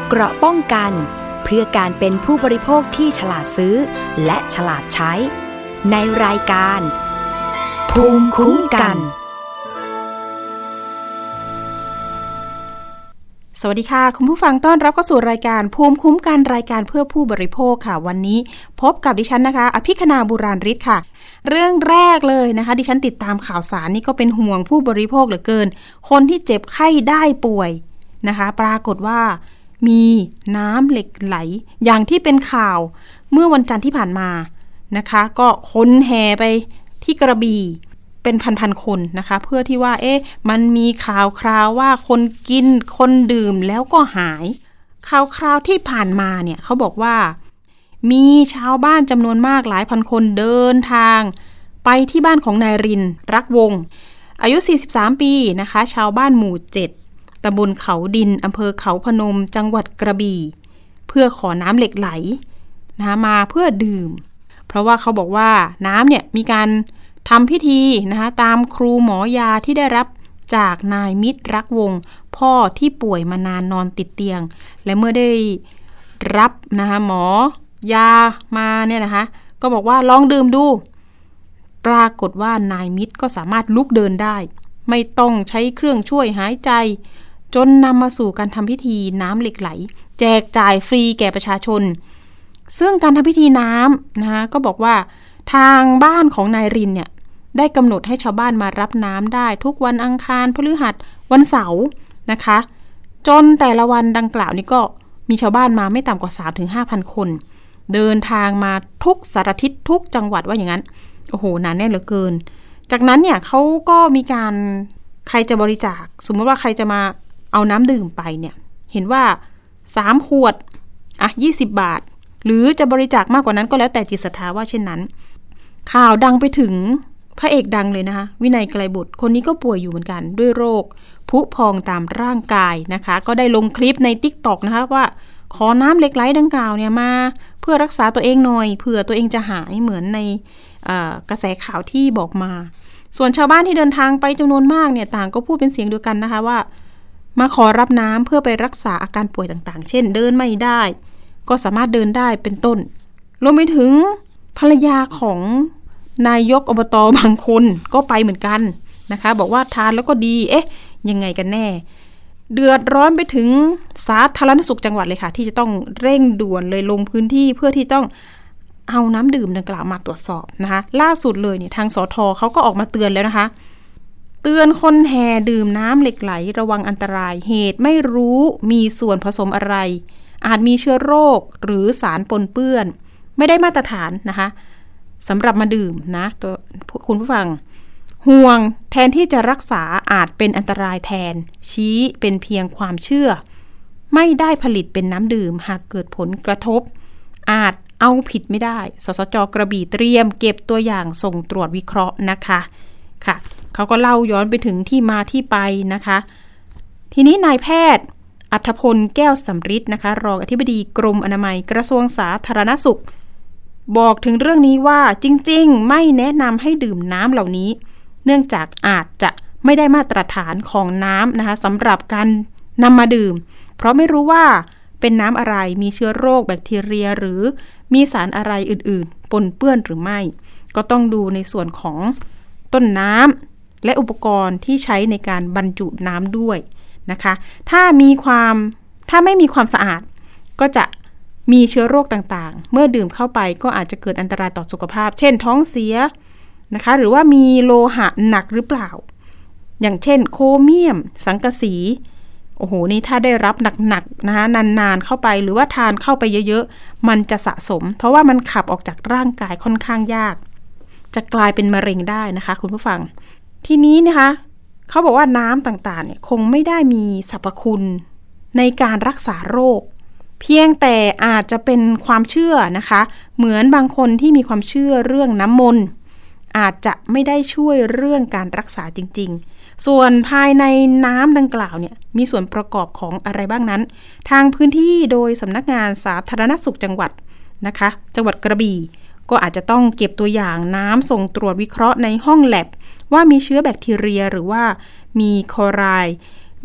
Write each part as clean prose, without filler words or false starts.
เกราะป้องกันเพื่อการเป็นผู้บริโภคที่ฉลาดซื้อและฉลาดใช้ในรายการภูมิคุ้มกันสวัสดีค่ะคุณผู้ฟังต้อนรับเข้าสู่รายการภูมิคุ้มกันรายการเพื่อผู้บริโภคค่ะวันนี้พบกับดิฉันนะคะอภิคณาบุราริศค่ะเรื่องแรกเลยนะคะดิฉันติดตามข่าวสารนี่ก็เป็นห่วงผู้บริโภคเหลือเกินคนที่เจ็บไข้ได้ป่วยนะคะปรากฏว่ามีน้ำเหล็กไหลอย่างที่เป็นข่าวเมื่อวันจันทร์ที่ผ่านมานะคะก็คนแห่ไปที่กระบี่เป็นพันๆคนนะคะเพื่อที่ว่ามันมีข่าวคราวว่าคนกินคนดื่มแล้วก็หายข่าวคราวที่ผ่านมาเนี่ยเขาบอกว่ามีชาวบ้านจำนวนมากหลายพันคนเดินทางไปที่บ้านของนายรินรักวงอายุ43ปีนะคะชาวบ้านหมู่7ตำบลเขาดินอำเภอเขาพนมจังหวัดกระบี่เพื่อขอน้ำเหล็กไหลนะมาเพื่อดื่มเพราะว่าเขาบอกว่าน้ำเนี่ยมีการทำพิธีนะคะตามครูหมอยาที่ได้รับจากนายมิตรรักวงพ่อที่ป่วยมานานนอนติดเตียงและเมื่อได้รับนะคะหมอยามาเนี่ยนะคะก็บอกว่าลองดื่มดูปรากฏว่านายมิตรก็สามารถลุกเดินได้ไม่ต้องใช้เครื่องช่วยหายใจจนนำมาสู่การทำพิธีน้ำเหล็กไหลแจกจ่ายฟรีแก่ประชาชนซึ่งการทำพิธีน้ำนะคะก็บอกว่าทางบ้านของนายรินเนี่ยได้กำหนดให้ชาวบ้านมารับน้ำได้ทุกวันอังคารพฤหัสวันเสาร์นะคะจนแต่ละวันดังกล่าวนี้ก็มีชาวบ้านมาไม่ต่ำกว่า 3-5,000 คนเดินทางมาทุกสารทิศทุกจังหวัดว่าอย่างนั้นโอ้โหหนาแน่นเหลือเกินจากนั้นเนี่ยเขาก็มีการใครจะบริจาคสมมติว่าใครจะมาเอาน้ำดื่มไปเนี่ยเห็นว่า3ขวด20 บาทหรือจะบริจาคมากกว่านั้นก็แล้วแต่จิตศรัทธาว่าเช่นนั้นข่าวดังไปถึงพระเอกดังเลยนะคะวินัยไกลบุตรคนนี้ก็ป่วยอยู่เหมือนกันด้วยโรคผุพองตามร่างกายนะคะก็ได้ลงคลิปใน TikTok นะคะว่าขอน้ำเหล็กไหลดังกล่าวเนี่ยมาเพื่อรักษาตัวเองหน่อยเผื่อตัวเองจะหายเหมือนในกระแสข่าวที่บอกมาส่วนชาวบ้านที่เดินทางไปจำนวนมากเนี่ยต่างก็พูดเป็นเสียงเดียวกันนะคะว่ามาขอรับน้ำเพื่อไปรักษาอาการป่วยต่างๆเช่นเดินไม่ได้ก็สามารถเดินได้เป็นต้นรวมไปถึงภรรยาของนายกอบต.บางคนก็ไปเหมือนกันนะคะบอกว่าทานแล้วก็ดียังไงกันแน่เดือดร้อนไปถึงสาธารณสุขจังหวัดเลยค่ะที่จะต้องเร่งด่วนเลยลงพื้นที่เพื่อที่ต้องเอาน้ำดื่มดังกล่าวมาตรวจสอบนะคะล่าสุดเลยเนี่ยทางสท.เขาก็ออกมาเตือนแล้วนะคะเตือนคนแห่ดื่มน้ำเหล็กไหลระวังอันตรายเหตุไม่รู้มีส่วนผสมอะไรอาจมีเชื้อโรคหรือสารปนเปื้อนไม่ได้มาตรฐานนะคะสำหรับมาดื่มนะตัวคุณผู้ฟังห่วงแทนที่จะรักษาอาจเป็นอันตรายแทนชี้เป็นเพียงความเชื่อไม่ได้ผลิตเป็นน้ำดื่มหากเกิดผลกระทบอาจเอาผิดไม่ได้สสจ.กระบี่เตรียมเก็บตัวอย่างส่งตรวจวิเคราะห์นะคะค่ะเขาก็เล่าย้อนไปถึงที่มาที่ไปนะคะทีนี้นายแพทย์อัธพลแก้วสำริดนะคะรองอธิบดีกรมอนามัยกระทรวงสาธารณสุขบอกถึงเรื่องนี้ว่าจริงๆไม่แนะนำให้ดื่มน้ำเหล่านี้เนื่องจากอาจจะไม่ได้มาตรฐานของน้ำนะคะสำหรับการนำมาดื่มเพราะไม่รู้ว่าเป็นน้ำอะไรมีเชื้อโรคแบคทีเรียหรือมีสารอะไรอื่นๆปนเปื้อนหรือไม่ก็ต้องดูในส่วนของต้นน้ำและอุปกรณ์ที่ใช้ในการบรรจุน้ำด้วยนะคะถ้าไม่มีความสะอาดก็จะมีเชื้อโรคต่างๆเมื่อดื่มเข้าไปก็อาจจะเกิดอันตรายต่อสุขภาพเช่นท้องเสียนะคะหรือว่ามีโลหะหนักหรือเปล่าอย่างเช่นโครเมียมสังกะสีโอ้โหนี่ถ้าได้รับหนักๆนะคะนานๆเข้าไปหรือว่าทานเข้าไปเยอะๆมันจะสะสมเพราะว่ามันขับออกจากร่างกายค่อนข้างยากจะกลายเป็นมะเร็งได้นะคะคุณผู้ฟังทีนี้นะคะเขาบอกว่าน้ำต่างๆเนี่ยคงไม่ได้มีสรรพคุณในการรักษาโรคเพียงแต่อาจจะเป็นความเชื่อนะคะเหมือนบางคนที่มีความเชื่อเรื่องน้ำมนต์อาจจะไม่ได้ช่วยเรื่องการรักษาจริงๆส่วนภายในน้ำดังกล่าวเนี่ยมีส่วนประกอบของอะไรบ้างนั้นทางพื้นที่โดยสำนักงานสาธารณสุขจังหวัดนะคะจังหวัดกระบี่ก็อาจจะต้องเก็บตัวอย่างน้ำส่งตรวจวิเคราะห์ในห้องแลบว่ามีเชื้อแบคทีเรียหรือว่ามีคลอไรด์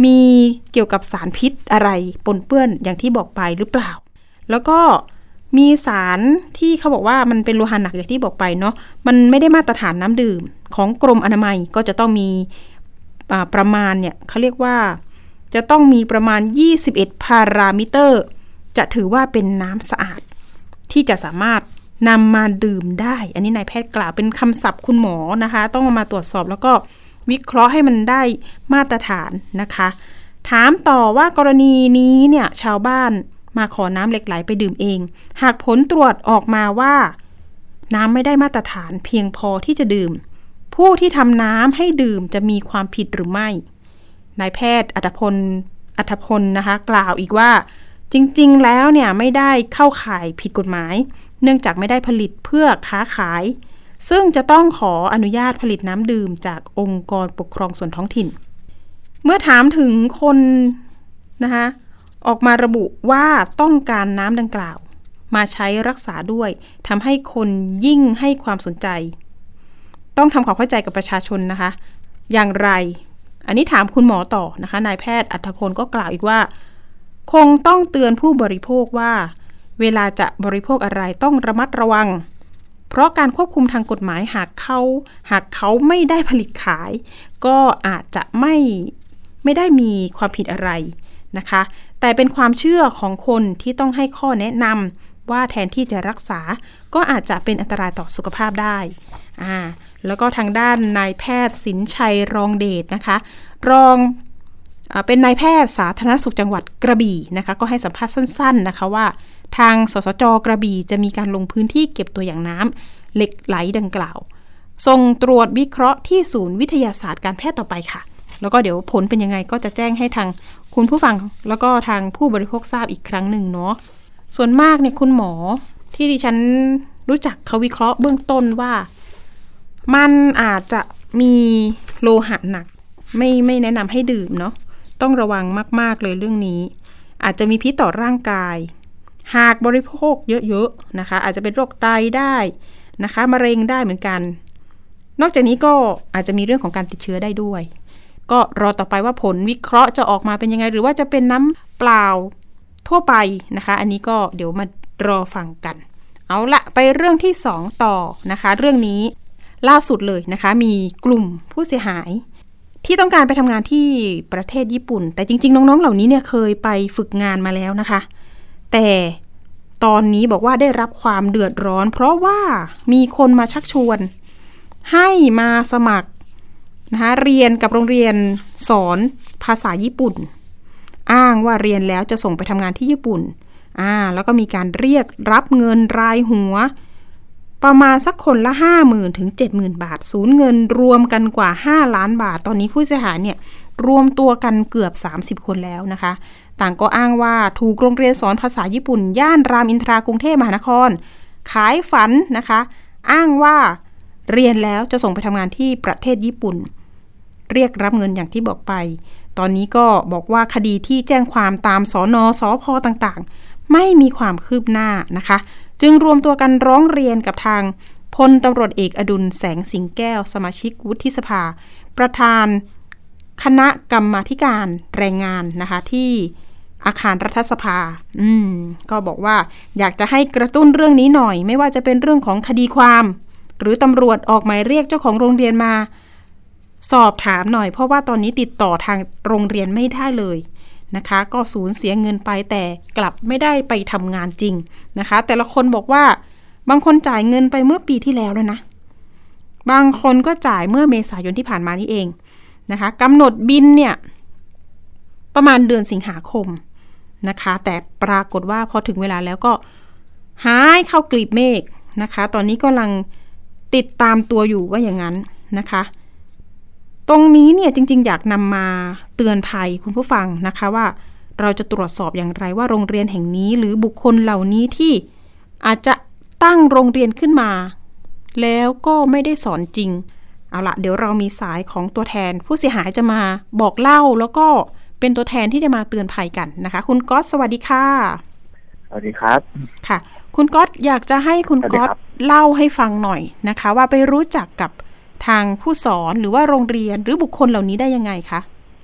มีเกี่ยวกับสารพิษอะไรปนเปื้อนอย่างที่บอกไปหรือเปล่าแล้วก็มีสารที่เขาบอกว่ามันเป็นโลหะหนักอย่างที่บอกไปเนาะมันไม่ได้มาตรฐานน้ำดื่มของกรมอนามัยก็จะต้องมีประมาณเนี่ยเขาเรียกว่าจะต้องมีประมาณ21พารามิเตอร์จะถือว่าเป็นน้ำสะอาดที่จะสามารถนำมาดื่มได้อันนี้นายแพทย์กล่าวเป็นคำศัพท์คุณหมอนะคะต้องมาตรวจสอบแล้วก็วิเคราะห์ให้มันได้มาตรฐานนะคะถามต่อว่ากรณีนี้เนี่ยชาวบ้านมาขอน้ำเหล็กไหลไปดื่มเองหากผลตรวจออกมาว่าน้ำไม่ได้มาตรฐานเพียงพอที่จะดื่มผู้ที่ทำน้ำให้ดื่มจะมีความผิดหรือไม่นายแพทย์อัธพลนะคะกล่าวอีกว่าจริงๆแล้วเนี่ยไม่ได้เข้าข่ายผิดกฎหมายเนื่องจากไม่ได้ผลิตเพื่อค้าขายซึ่งจะต้องขออนุญาตผลิตน้ำดื่มจากองค์กรปกครองส่วนท้องถิ่นเมื่อถามถึงคนนะคะออกมาระบุว่าต้องการน้ำดังกล่าวมาใช้รักษาด้วยทำให้คนยิ่งให้ความสนใจต้องทำความเข้าใจกับประชาชนนะคะอย่างไรอันนี้ถามคุณหมอต่อนะคะนายแพทย์อัธพลก็กล่าวอีกว่าคงต้องเตือนผู้บริโภคว่าเวลาจะบริโภคอะไรต้องระมัดระวังเพราะการควบคุมทางกฎหมายหากเขาไม่ได้ผลิตขายก็อาจจะไม่ได้มีความผิดอะไรนะคะแต่เป็นความเชื่อของคนที่ต้องให้ข้อแนะนำว่าแทนที่จะรักษาก็อาจจะเป็นอันตรายต่อสุขภาพได้แล้วก็ทางด้านนายแพทย์สินชัยรองเดชนะคะรองเป็นนายแพทย์สาธารณสุขจังหวัดกระบี่นะคะก็ให้สัมภาษณ์สั้นๆนะคะว่าทางสสจ.กระบี่จะมีการลงพื้นที่เก็บตัวอย่างน้ำเหล็กไหลดังกล่าวส่งตรวจวิเคราะห์ที่ศูนย์วิทยาศาสตร์การแพทย์ต่อไปค่ะแล้วก็เดี๋ยวผลเป็นยังไงก็จะแจ้งให้ทางคุณผู้ฟังแล้วก็ทางผู้บริโภคทราบอีกครั้งหนึ่งเนาะส่วนมากเนี่ยคุณหมอที่ดิฉันรู้จักเขาวิเคราะห์เบื้องต้นว่ามันอาจจะมีโลหะหนักไม่แนะนำให้ดื่มเนาะต้องระวังมากๆเลยเรื่องนี้อาจจะมีพิษต่อร่างกายหากบริโภคเยอะๆนะคะอาจจะเป็นโรคไตได้นะคะมะเร็งได้เหมือนกันนอกจากนี้ก็อาจจะมีเรื่องของการติดเชื้อได้ด้วยก็รอต่อไปว่าผลวิเคราะห์จะออกมาเป็นยังไงหรือว่าจะเป็นน้ำเปล่าทั่วไปนะคะอันนี้ก็เดี๋ยวมารอฟังกันเอาละไปเรื่องที่2ต่อนะคะเรื่องนี้ล่าสุดเลยนะคะมีกลุ่มผู้เสียหายที่ต้องการไปทำงานที่ประเทศญี่ปุ่นแต่จริงๆน้องๆเหล่านี้เนี่ยเคยไปฝึกงานมาแล้วนะคะแต่ตอนนี้บอกว่าได้รับความเดือดร้อนเพราะว่ามีคนมาชักชวนให้มาสมัครนะคะเรียนกับโรงเรียนสอนภาษาญี่ปุ่นอ้างว่าเรียนแล้วจะส่งไปทำงานที่ญี่ปุ่นแล้วก็มีการเรียกรับเงินรายหัวประมาณสักคนละ 50,000 ถึง 70,000 บาทสูญเงินรวมกันกว่า5ล้านบาทตอนนี้ผู้เสียหายเนี่ยรวมตัวกันเกือบ30คนแล้วนะคะต่างก็อ้างว่าถูกโรงเรียนสอนภาษาญี่ปุ่นย่านรามอินทรากรุงเทพมหานครขายฝันนะคะอ้างว่าเรียนแล้วจะส่งไปทำงานที่ประเทศญี่ปุ่นเรียกรับเงินอย่างที่บอกไปตอนนี้ก็บอกว่าคดีที่แจ้งความตามสน.สภ.ต่างๆไม่มีความคืบหน้านะคะจึงรวมตัวกันร้องเรียนกับทางพลตำรวจเอกอดุลแสงสิงแก้วสมาชิกวุฒิสภาประธานคณะกรรมาธิการแรงงานนะคะที่อาคารรัฐสภาก็บอกว่าอยากจะให้กระตุ้นเรื่องนี้หน่อยไม่ว่าจะเป็นเรื่องของคดีความหรือตำรวจออกหมายเรียกเจ้าของโรงเรียนมาสอบถามหน่อยเพราะว่าตอนนี้ติดต่อทางโรงเรียนไม่ได้เลยนะคะก็สูญเสียเงินไปแต่กลับไม่ได้ไปทำงานจริงนะคะแต่ละคนบอกว่าบางคนจ่ายเงินไปเมื่อปีที่แล้วนะบางคนก็จ่ายเมื่อเมษายนที่ผ่านมานี่เองนะคะกำหนดบินเนี่ยประมาณเดือนสิงหาคมนะคะแต่ปรากฏว่าพอถึงเวลาแล้วก็หายเข้ากลีบเมฆนะคะตอนนี้กำลังติดตามตัวอยู่ว่าอย่างนั้นนะคะตรงนี้เนี่ยจริงๆอยากนำมาเตือนภัยคุณผู้ฟังนะคะว่าเราจะตรวจสอบอย่างไรว่าโรงเรียนแห่งนี้หรือบุคคลเหล่านี้ที่อาจจะตั้งโรงเรียนขึ้นมาแล้วก็ไม่ได้สอนจริงเอาละเดี๋ยวเรามีสายของตัวแทนผู้เสียหายจะมาบอกเล่าแล้วก็เป็นตัวแทนที่จะมาเตือนภัยกันนะคะคุณก๊อตสวัสดีค่ะสวัสดีครับค่ะคุณก๊อตอยากจะให้คุณก๊อตเล่าให้ฟังหน่อยนะคะว่าไปรู้จักกับทางผู้สอนหรือว่าโรงเรียนหรือบุคคลเหล่านี้ได้ยังไงคะ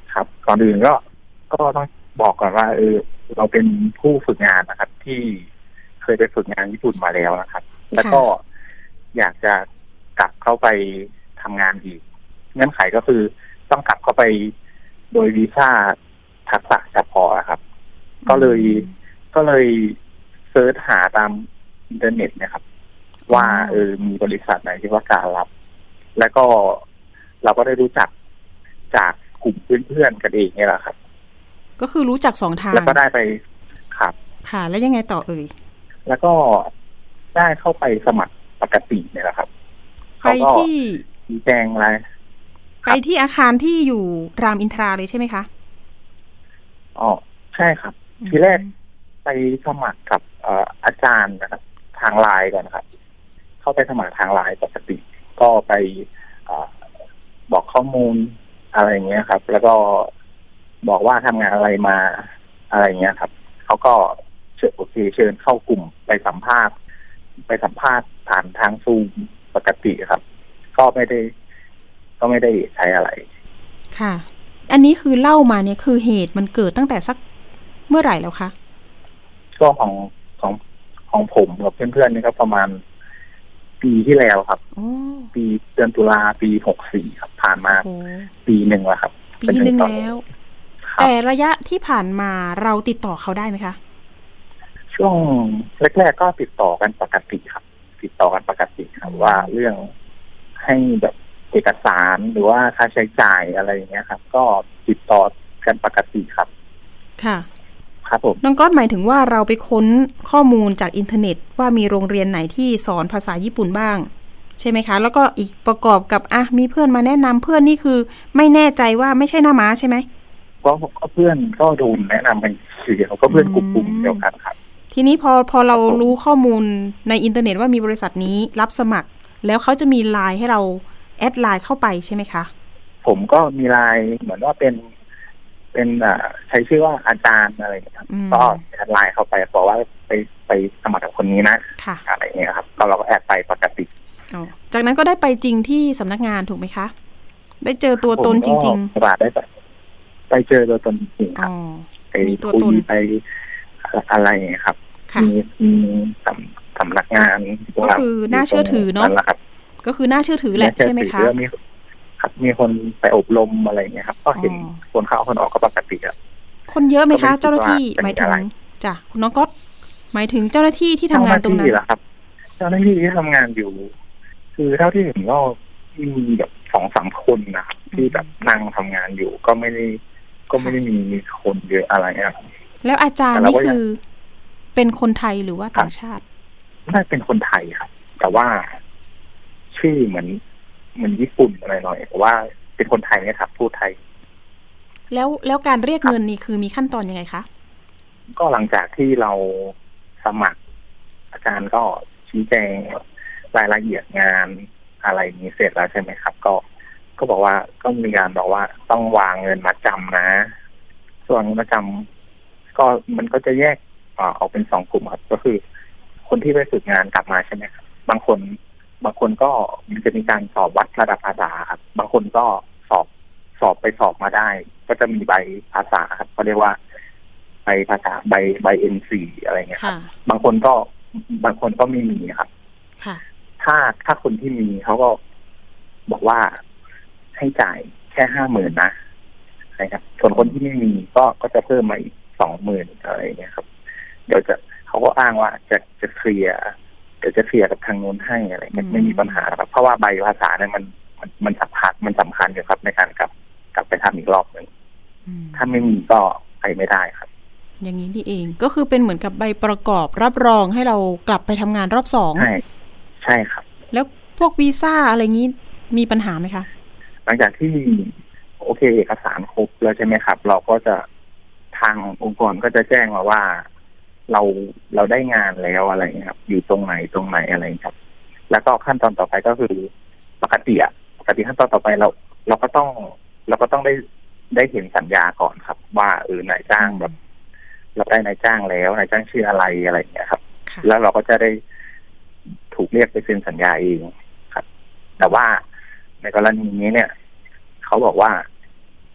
ครับก่อนอื่นก็ต้องบอกก่อนว่าเราเป็นผู้ฝึกงานนะครับที่เคยไปฝึกงานญี่ปุ่นมาแล้วนะครับแล้วก็อยากจะกลับเข้าไปทำงานอีกเงื่อนไขก็คือต้องกลับเข้าไปโดยวีซ่าทักษะเฉพาะครับก็เลยเซิร์ชหาตามอินเทอร์เน็ตนะครับว่ามีบริษัทไหนที่ว่าการรับแล้วก็เราก็ได้รู้จักจากกลุ่มเพื่อนๆกันเองนี่แหละครับก็คือรู้จัก2 ทางแล้วก็ได้ไปครับค่ะแล้วยังไงต่อแล้วก็ได้เข้าไปสมัครปกติเนี่ยแหละครับไปที่ชี้แจงอะไรไปที่อาคารที่อยู่รามอินทราเลยใช่ไหมคะอ๋อใช่ครับทีแรกไปสมัครกับอาจารย์นะครับทางไลน์ก่อนครับเข้าไปสมัครทางไลน์ปกติก็ไปบอกข้อมูลอะไรเงี้ยครับแล้วก็บอกว่าทำงานอะไรมาอะไรเงี้ยครับเขาก็เชิญเข้ากลุ่มไปสัมภาษณ์ผ่านทางซูมปกติครับก็ไม่ได้ใช้อะไรค่ะอันนี้คือเล่ามาเนี่ยคือเหตุมันเกิดตั้งแต่สักเมื่อไหร่แล้วคะก็ของผมกับเพื่อนๆนี่ก็ประมาณปีที่แล้วครับปีเดือนตุลาปี64ครับผ่านมาปีหนึ่งแล้วครับปีหนึ่งแล้วแต่ระยะที่ผ่านมาเราติดต่อเขาได้ไหมคะช่วงแรกๆก็ติดต่อกันปกติครับว่าเรื่องให้แบบเอกสารหรือว่าค่าใช้จ่ายอะไรอย่างเงี้ยครับก็ติดต่อกันปกติครับค่ะครับผมน้องก๊อตหมายถึงว่าเราไปค้นข้อมูลจากอินเทอร์เน็ตว่ามีโรงเรียนไหนที่สอนภาษาญี่ปุ่นบ้างใช่ไหมคะแล้วก็อีกประกอบกับมีเพื่อนมาแนะนำเพื่อนนี่คือไม่แน่ใจว่าไม่ใช่หน้าม้าใช่ไหมก็เพื่อนก็โดนแนะนำเป็นเดียวก็เพื่อนกลุ่มเดียวกันครับทีนี้พอเรารู้ข้อมูลในอินเทอร์เน็ตว่ามีบริษัทนี้รับสมัครแล้วเขาจะมีไลน์ให้เราแอดไลน์เข้าไปใช่ไหมคะผมก็มีไลน์เหมือนว่าเป็นใช้ชื่อว่าอาจารย์อะไรครับก็แอดไลน์เข้าไปบอกว่าไปสมัครกับคนนี้นะอะไรเงี้ยครับก็เราก็แอดไปปกติจากนั้นก็ได้ไปจริงที่สำนักงานถูกไหมคะได้เจอตัวตนจริงๆได้ไปเจอตัวตนจริงๆครับมีตัวตนไปอะไรครับมีสำนักงานก็คือน่าเชื่อถือเนาะก็คือน่าเชื่อถือแหละใช่ไหมคะครับมีคนไปอบรมอะไรเงี้ยครับก็เห็นคนเข้าคนออกก็ปกติครับคนเยอะไหมคะเจ้าหน้าที่หมายถึงจ้ะคุณน้องก๊อตหมายถึงเจ้าหน้าที่ที่ทำงานตรงนั้นเจ้าหน้าที่ที่ทำงานอยู่คือเท่าที่เห็นก็มีแบบ 2-3 คนนะครับที่แบบนั่งทำงานอยู่ก็ไม่ได้มีคนเยอะอะไรเนี่ยแล้วอาจารย์นี่คือเป็นคนไทยหรือว่าต่างชาติน่าเป็นคนไทยครับแต่ว่าชื่อเหมือนญี่ปุ่นอะไรหน่อยแต่ว่าเป็นคนไทยนะครับพูดไทยแล้วการเรียกเงินนี่คือมีขั้นตอนยังไงคะก็หลังจากที่เราสมัครอาจารย์ก็ชี้แจงรายละเอียดงานอะไรนี้เสร็จแล้วใช่ไหมครับก็บอกว่าก็มีการบอกว่าต้องวางเงินมาจำนะส่วนมาจำก็มันก็จะแยกออกเป็น2 กลุ่มครับก็คือคนที่ไปฝึกงานกลับมาใช่ไหมครับบางคนก็มันจะมีการสอบวัดระดับภาษาครับบางคนก็สอบมาได้ก็จะมีใบภาษาครับเขาเรียกว่าใบภาษาใบ N4 อะไรเงี้ยครับบางคนก็ไม่มีครับถ้าคนที่มีเขาก็บอกว่าให้จ่ายแค่ 50,000 นะครับส่วนคนที่ไม่มีก็จะเพิ่มมาอีก 20,000 อะไรเงี้ยครับเดี๋ยวเขาก็อ้างว่าจะเคลียร์กับทางนู้นให้อะไรเงี้ยไม่มีปัญหาครับเพราะว่าใบภาษาเนี่ยมันสำคัญอยู่ครับในการกลับไปทำอีกรอบนึงถ้าไม่มีก็ไปไม่ได้ครับอย่างนี้นี่เองก็คือเป็นเหมือนกับใบประกอบรับรองให้เรากลับไปทำงานรอบ2 ใช่ครับแล้วพวกวีซ่าอะไรงี้มีปัญหาไหมคะหลังจากที่โอเคเอกสารครบแล้วใช่ไหมครับเราก็จะทางองค์กรก็จะแจ้งมาว่าเราได้งานแล้วอะไรครับอยู่ตรงไหนอะไรครับแล้วก็ขั้นตอนต่อไปก็คือปกติขั้นตอนต่อไปเราก็ต้องได้เห็นสัญญาก่อนครับว่านายจ้างแบบเราได้นายจ้างแล้วนายจ้างชื่ออะไรอย่างเงี้ยครับแล้วเราก็จะได้ถูกเรียกไปเซ็นสัญญาเองครับแต่ว่าในกรณีนี้เนี่ยเขาบอกว่า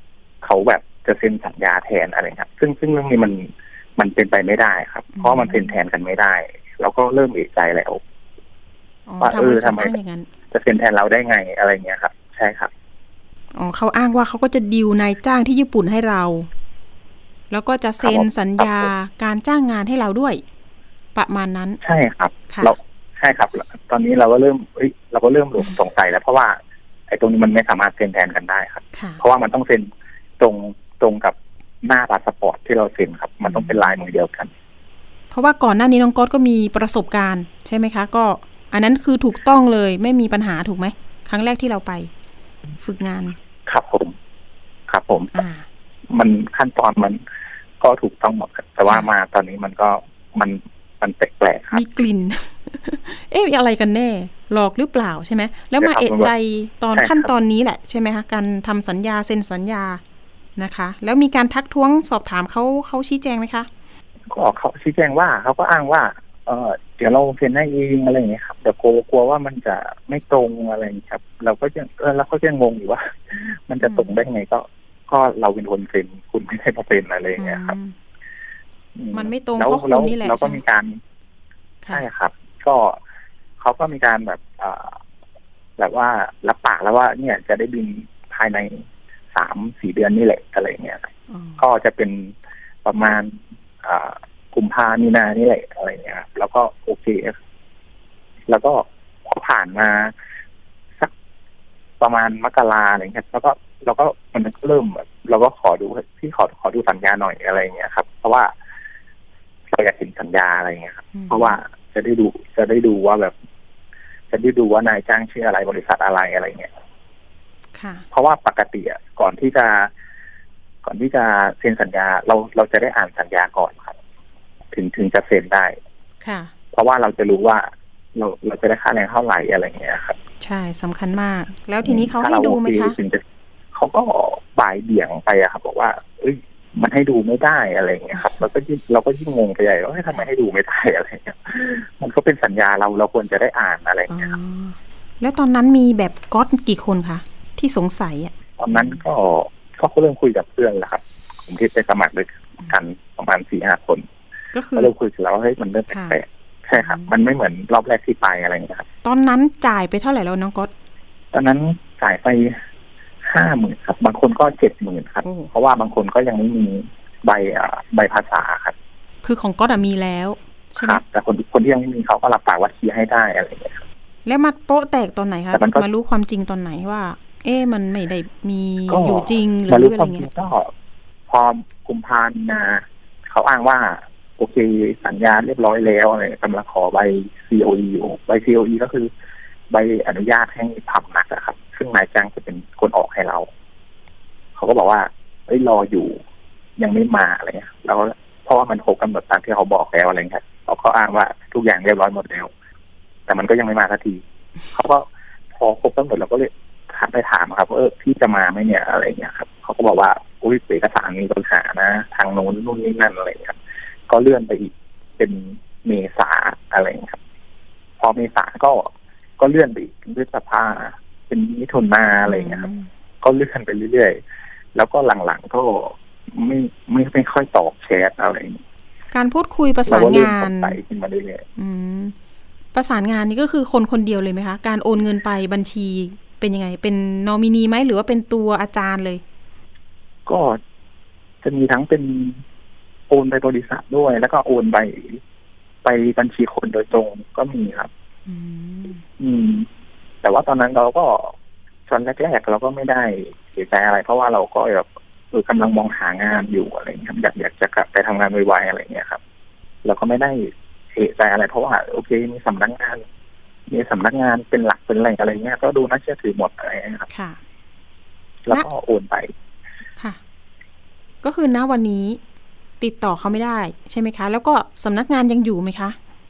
เขาแบบจะเซ็นสัญญาแทนอะไรครับซึ่งเรื่องนี้มันเป็นไปไม่ได้ครับเพราะมันเซ็นแทนกันไม่ได้เราก็เริ่มเอะใจแล้วว่าทำไมจะเซ็นแทนเราได้ไงอะไรเงี้ยครับใช่ครับอ๋อเขาอ้างว่าเขาก็จะดีลนายจ้างที่ญี่ปุ่นให้เราแล้วก็จะเซ็นสัญญาการจ้างงานให้เราด้วยประมาณนั้นใช่ครับเราใช่ครับตอนนี้เราก็เริ่มสงสัยแล้วเพราะว่าไอ้ตรงนี้มันไม่สามารถเซ็นแทนกันได้ครับเพราะว่ามันต้องเซ็นตรงกับหน้าพาสปอร์ตที่เราเซ็นครับมันต้องเป็นลายมือเดียวกันเพราะว่าก่อนหน้านี้น้องก๊อตก็มีประสบการณ์ใช่ไหมคะก็อันนั้นคือถูกต้องเลยไม่มีปัญหาถูกไหมครั้งแรกที่เราไปฝึกงานครับผมมันขั้นตอนมันก็ถูกต้องหมดแต่ว่ามาตอนนี้มันก็มันแปลกๆครับมีกลิ่น อะไรกันแน่หลอกหรือเปล่าใช่ไหมแล้วมาเอะใจตอนขั้นตอนนี้แหละใช่ไหมคะการทำสัญญาเซ็นสัญญานะคะแล้วมีการทักท้วงสอบถามเขาชี้แจงไหมคะก็เขาชี้แจงว่าเขาก็อ้างว่าเดี๋ยวเราเซ็นให้เองอะไรอย่างเงี้ยครับเดี๋ยวกลัวว่ามันจะไม่ตรงอะไรอย่างนี้ครับเราก็ยังแล้วเขาจะงงอยู่ว่ามันจะตรงได้ไงก็เราเป็นคนเซ็นคุณไม่ได้มาเซ็นอะไรอย่างเงี้ยครับมันไม่ตรงเพราะคุณนี่แหละเราก็มีการใช่ครับก็เขาก็มีการแบบว่ารับปากแล้วว่าเนี่ยจะได้บินภายใน 3-4 เดือนนี่แหละอะไรเงี้ยก็จะเป็นประมาณกุมภาพันธ์มีนานี่แหละอะไรเงี้ยแล้วก็โอเคแล้วก็พอผ่านมาสักประมาณมกราอะไรเงี้ยแล้วก็มันก็เริ่มแบบเราก็ขอดูดูสัญญาหน่อยอะไรเงี้ยครับเพราะว่าเราอยากเห็นสัญญาอะไรเงี้ยครับเพราะว่าจะได้ดูว่าแบบจะได้ดูว่านายจ้างชื่ออะไรบริษัทอะไรเงี้ยเพราะว่าปกติก่อนที่จะเซ็นสัญญาเราจะได้อ่านสัญญาก่อนครับถึงจะเซ็นได้ค่ะเพราะว่าเราจะรู้ว่าเราจะได้ค่าแรงเท่าไหร่อะไรเงี้ยครับใช่สำคัญมากแล้วทีนี้เขาให้ดูไหมคะเขาก็บ่ายเบี่ยงไปครับบอกว่ามันให้ดูไม่ได้อะไรเงี้ยครับเราก็ยิ่งงงไปใหญ่ว่าทำไมให้ดูไม่ได้อะไรเงี้ยมันก็เป็นสัญญาเราควรจะได้อ่านอะไรเงี้ยครับแล้วตอนนั้นมีแบบก๊อตกี่คนคะที่สงสัยตอนนั้นก็เริ่มคุยกับเพื่อนแล้วครับผมคิดไปสมัครด้วยกันประมาณ 4-5 คนก็คือเราคุยกันแล้วเฮ้ยมันเริ่มแปลกๆใช่ครับมันไม่เหมือนรอบแรกที่ไปอะไรเงี้ยครับตอนนั้นจ่ายไปเท่าไหร่แล้วน้องก๊อตตอนนั้นจ่ายไป 50,000 ครับบางคนก็ 70,000 ครับเพราะว่าบางคนก็ยังไม่มีใบภาษาครับคือของก๊อตมีแล้วใช่ไหมแต่คนที่ยังไม่มีเขาก็รับปากว่าเคลียร์ให้ได้อะไรอย่างเงี้ยครับแล้วมาโป๊ะแตกตอนไหนคะมารู้ความจริงตอนไหนว่ามันไม่ได้มีอยู่จริงหรืออะไรเงี้ยก็พอกุมภาพันธ์เขาอ้างว่าโอเคสัญญาเรียบร้อยแล้วอะไรกำลังขอใบ COE อยู่ใบ COE ก็คือใบอนุญาตให้พำนักครับซึ่งนายจ้างจะเป็นคนออกให้เราเขาก็บอกว่ารออยู่ยังไม่มาอะไรเงี้ยแล้วเพราะว่ามันครบกำหนดตามที่เขาบอกแล้วอะไรเงี้ยเขาก็อ้างว่าทุกอย่างเรียบร้อยหมดแล้วแต่มันก็ยังไม่มาสักทีเขาก็พอครบกำหนดเราก็เลยไปถามครับว่าพี่จะมาไหมเนี่ยอะไรเงี้ยครับเขาก็บอกว่าเอกสารมีปัญหานะทางโน้นนู่นนี่นั่นอะไรเงี้ยก็เลื่อนไปอีกเป็นเมษาอะไรครับพอเมษาก็เลื่อนไปอีกพฤษภาเป็นมิถุนาอะไรเงี้ยครับก็เลื่อนไปเรื่อยๆแล้วก็หลังๆก็ไม่ค่อยตอบแชทอะไรการพูดคุยประสานงานไปขึ้นมาเรื่อยๆประสานงานนี่ก็คือคนเดียวเลยไหมคะการโอนเงินไปบัญชีเป็นยังไงเป็นนอมินีไหมหรือว่าเป็นตัวอาจารย์เลยก็จะมีทั้งเป็นโอนไปบริษัทด้วยแล้วก็โอนไปบัญชีคนโดยตรงก็มีครับแต่ว่าตอนนั้นเราก็ตอนแรกๆเราก็ไม่ได้เสียใจอะไรเพราะว่าเราก็แบบกำลังมองหางานอยู่อะไรอย่างเงี้ยอยากจะกลับไปทำงานไวๆอะไรอย่างเงี้ยครับเราก็ไม่ได้เสียใจอะไรเพราะว่าโอเคมีสำนักงานเป็นหลักเป็นแหล่งอะไรเงี้ยก็ดูน่าเชื่อถือหมดอะไรนะครับค่ะแล้วก็โอนไปค่ะก็คือณวันนี้ติดต่อเขาไม่ได้ใช่ไหมคะแล้วก็สำนักงานยังอยู่ไหมคะ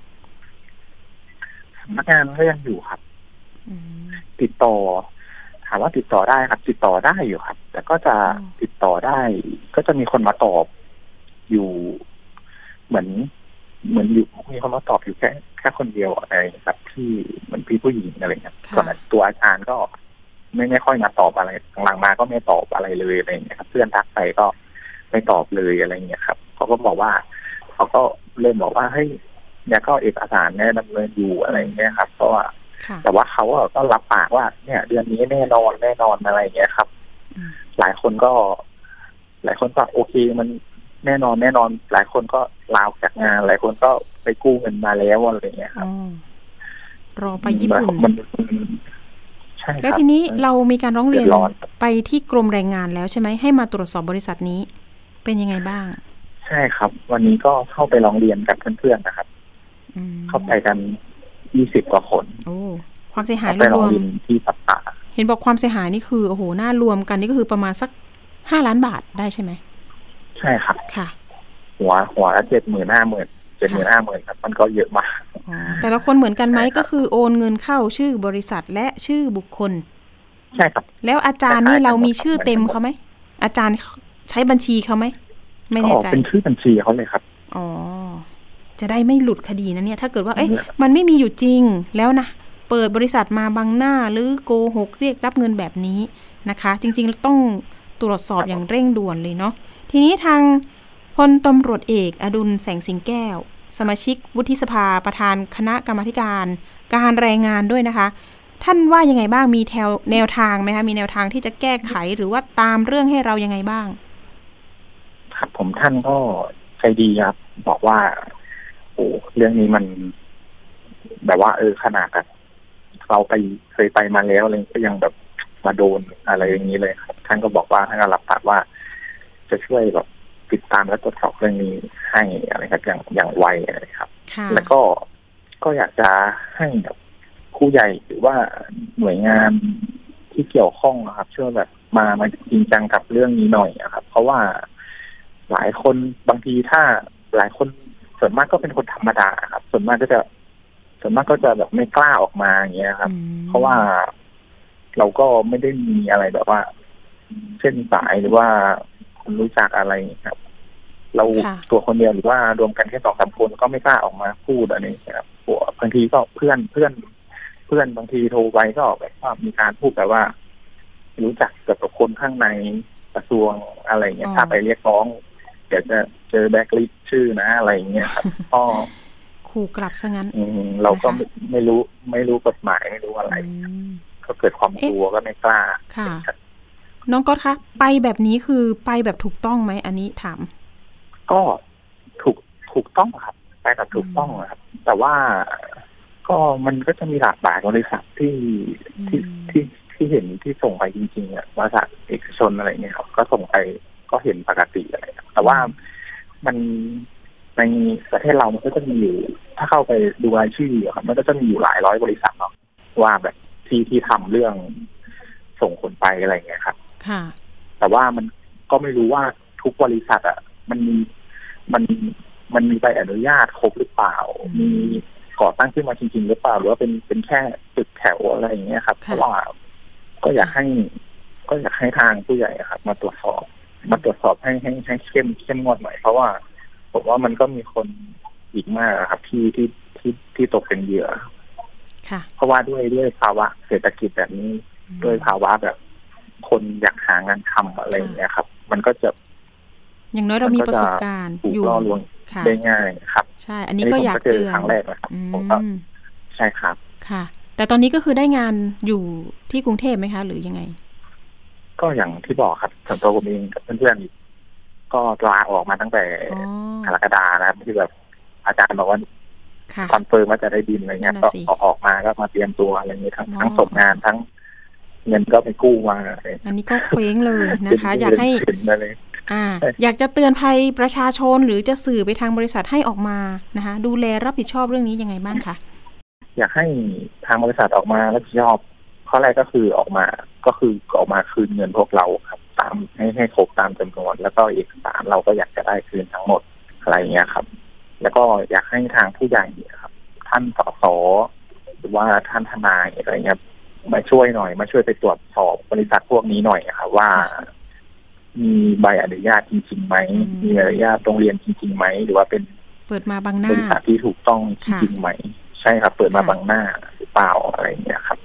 สำนักงานก็ยังอยู่ครับติดต่อถามว่าติดต่อได้ครับติดต่อได้อยู่ครับแต่ก็จะติดต่อได้ก็จะมีคนมาตอบอยู่เหมือนอยู่มีคนมาตอบอยู่แค่คนเดียวอะไรครับที่เหมือนพี่ผู้หญิงอะไรเงี้ยส่วนตัวอาจารย์ก็ไม่ค่อยมาตอบอะไรหลังๆมาก็ไม่ตอบอะไรเลยอะไรอย่างเงี้ยครับเพื่อนทักไปก็ไม่ตอบเลยอะไรอย่างเงี้ยครับเขาก็บอกว่าเขาก็เริ่มบอกว่าเฮ้ยเนี่ยก็เอกสารเนี่ยดำเนินอยู่อะไรอย่างเงี้ยครับเพราะว่าแต่ว่าเขาก็รับปากว่าเนี่ยเดือนนี้แน่นอนอะไรอย่างเงี้ยครับหลายคนก็โอเคมันแน่นอนหลายคนก็ลาออกจากงานหลายคนก็ไปกู้เงินมาแล้วอะไรอย่างเงี้ยครับรอไปญี่ปุ่นใช่ครับแล้วทีนี้เรามีการร้องเรียนไปที่กรมแรงงานแล้วใช่ไหมให้มาตรวจสอบบริษัทนี้เป็นยังไงบ้างใช่ครับวันนี้ก็เข้าไปร้องเรียนกับเพื่อนๆนะครับเข้าไปกัน20 กว่าคนโอ้ความเสียหายรวมที่ปัตตาเห็นบอกความเสียหายนี่คือโอ้โหน่ารวมกันนี่ก็คือประมาณสัก5 ล้านบาทได้ใช่ไหมใช่ครับค่ะหัวละ70,000 ครับมันก็เยอะมากแต่ละคนเหมือนกันไหมก็คือโอนเงินเข้าชื่อบริษัทและชื่อบุคคลใช่ครับแล้วอาจารย์นี่เรามีชื่อเต็มเขาไหมอาจารย์ใช้บัญชีเขาไหมไม่แน่ใจเป็นชื่อบัญชีเขาเลยครับอ๋อจะได้ไม่หลุดคดีนะเนี่ยถ้าเกิดว่ามันไม่มีอยู่จริงแล้วนะเปิดบริษัทมาบังหน้าหรือโกหกเรียกรับเงินแบบนี้นะคะจริงๆต้องตรวจสอบอย่างเร่งด่วนเลยเนาะทีนี้ทางพลตำรวจเอกอดุลแสงสิงแก้วสมาชิกวุฒิสภาประธานคณะกรรมาธิการการแรงงานด้วยนะคะท่านว่ายังไงบ้างมีแนวทางไหมคะมีแนวทางที่จะแก้ไขหรือว่าตามเรื่องให้เรายังไงบ้างครับผมท่านก็ใจดีครับบอกว่าโอ้เรื่องนี้มันแบบว่าขนาดแบบเราเคยไปมาแล้วอะไรก็ยังแบบมาโดนอะไรอย่างนี้เลยครับท่านก็บอกว่าท่านก็รับปากว่าจะช่วยแบบติดตามและตรวจสอบเรื่องนี้ให้อะไรครับอย่างไวอะไรครับแล้วก็อยากจะให้แบบผู้ใหญ่หรือว่าหน่วยงานที่เกี่ยวข้องนะครับช่วยแบบมาจริงจังกับเรื่องนี้หน่อยครับเพราะว่าหลายคนบางทีถ้าหลายคนส่วนมากก็เป็นคนธรรมดาครับส่วนมากก็จะแบบไม่กล้าออกมาอย่างเงี้ยครับเพราะว่าเราก็ไม่ได้มีอะไรแบบว่าเส้นสายหรือว่าคนรู้จักอะไรครับเราตัวคนเดียวหรือว่ารวมกันแค่2-3 คนก็ไม่กล้าออกมาพูดอะไรครับบางทีก็เพื่อนบางทีโทรไปก็แบบว่ามีการพูดแบบว่ารู้จักกับคนข้างในกระทรวงอะไรเงี้ยถ้าไปเรียกร้องเดี๋ยวจะเจอแบล็คลิสต์ชื่อนะอะไรเงี้ยครับก็ขู่กลับซะงั้นเราก็ไม่รู้กฎหมายไม่รู้อะไรก็เกิดความกลัวก็ไม่กล้าค่ะน้องก๊อตคะไปแบบนี้คือไปแบบถูกต้องไหมอันนี้ถามก็ถูกต้องครับไปแบบถูกต้องครับแต่ว่าก็มันก็จะมีหลากหลายบริษัทที่เห็นที่ส่งไปจริงๆบริษัทเอกชนอะไรเงี้ยครับก็ส่งไปก็เห็นปกติอะไรแต่ว่ามันในประเทศเรามันก็จะมีอยู่ถ้าเข้าไปดูรายชื่อครับมันก็จะมีอยู่หลายร้อยบริษัทเนาะว่าแบบที่ทำเรื่องส่งคนไปอะไรเงี้ยครับค่ะแต่ว่ามันก็ไม่รู้ว่าทุกบริษัทมันมีใบอนุญาตครบหรือเปล่ามีก่อตั้งขึ้นมาจริงๆหรือเปล่าหรือว่าเป็นแค่ตึกแถวอะไรอย่างเงี้ยครับเพราะว่าก็อยากให้ทางผู้ใหญ่ครับมาตรวจสอบให้เข้มงวดหน่อยเพราะว่าผมว่ามันก็มีคนอีกมากครับที่ตกเป็นเหยื่อเพราะว่าด้วยภาวะเศรษฐกิจแบบนี้ด้วยภาวะแบบคนอยากหางานทำอะไรอย่างเงี้ยครับมันก็จะอย่างน้อยเรามีประสบการณ์อยู่ล่อลวงได้ง่ายครับใช่อันนี้ก็อยากเตือนครั้งแรกนะครับผมก็ใช่ครับค่ะแต่ตอนนี้ก็คือได้งานอยู่ที่กรุงเทพไหมคะหรือยังไงก็อย่างที่บอกครับส่วนตัวผมเองกับเพื่อนๆก็ลาออกมาตั้งแต่กรกฎาคมนะครับที่แบบอาจารย์บอกว่าคอนเฟิร์มว่าจะได้บินอะไรเงี้ยก็ออกมาก็มาเตรียมตัวอะไรอย่างเงี้ยทั้งส่งงานทั้งเงินก็ไปกู้มาอันนี้ก็เคว้งเลยนะคะอยากให้อยากจะเตือนภัยประชาชนหรือจะสื่อไปทางบริษัทให้ออกมานะคะดูแลรับผิดชอบเรื่องนี้ยังไงบ้างคะอยากให้ทางบริษัทออกมารับผิดชอบข้อแรกก็คือออกมาคืนเงินพวกเราครับตามให้ครบตามจำนวนแล้วก็เอกสารเราก็อยากจะได้คืนทั้งหมดอะไรเงี้ยครับแล้วก็อยากให้ทางผู้ใหญ่ครับท่านสสหรือว่าท่านทนายอะไรเงี้ยมาช่วยหน่อยมาช่วยไปตรวจสอบบริษัทพวกนี้หน่อยครับว่ามีใบอนุญาตจริงๆไหมมีใบอนุญาตโรงเรียนจริงๆไหมหรือว่าเป็นเปิดมาบังหน้าบริษัทที่ถูกต้องจริงๆไหมใช่ครับเปิดมาบังหน้าหรือเปล่าอะไรอย่างเงี้ยครับ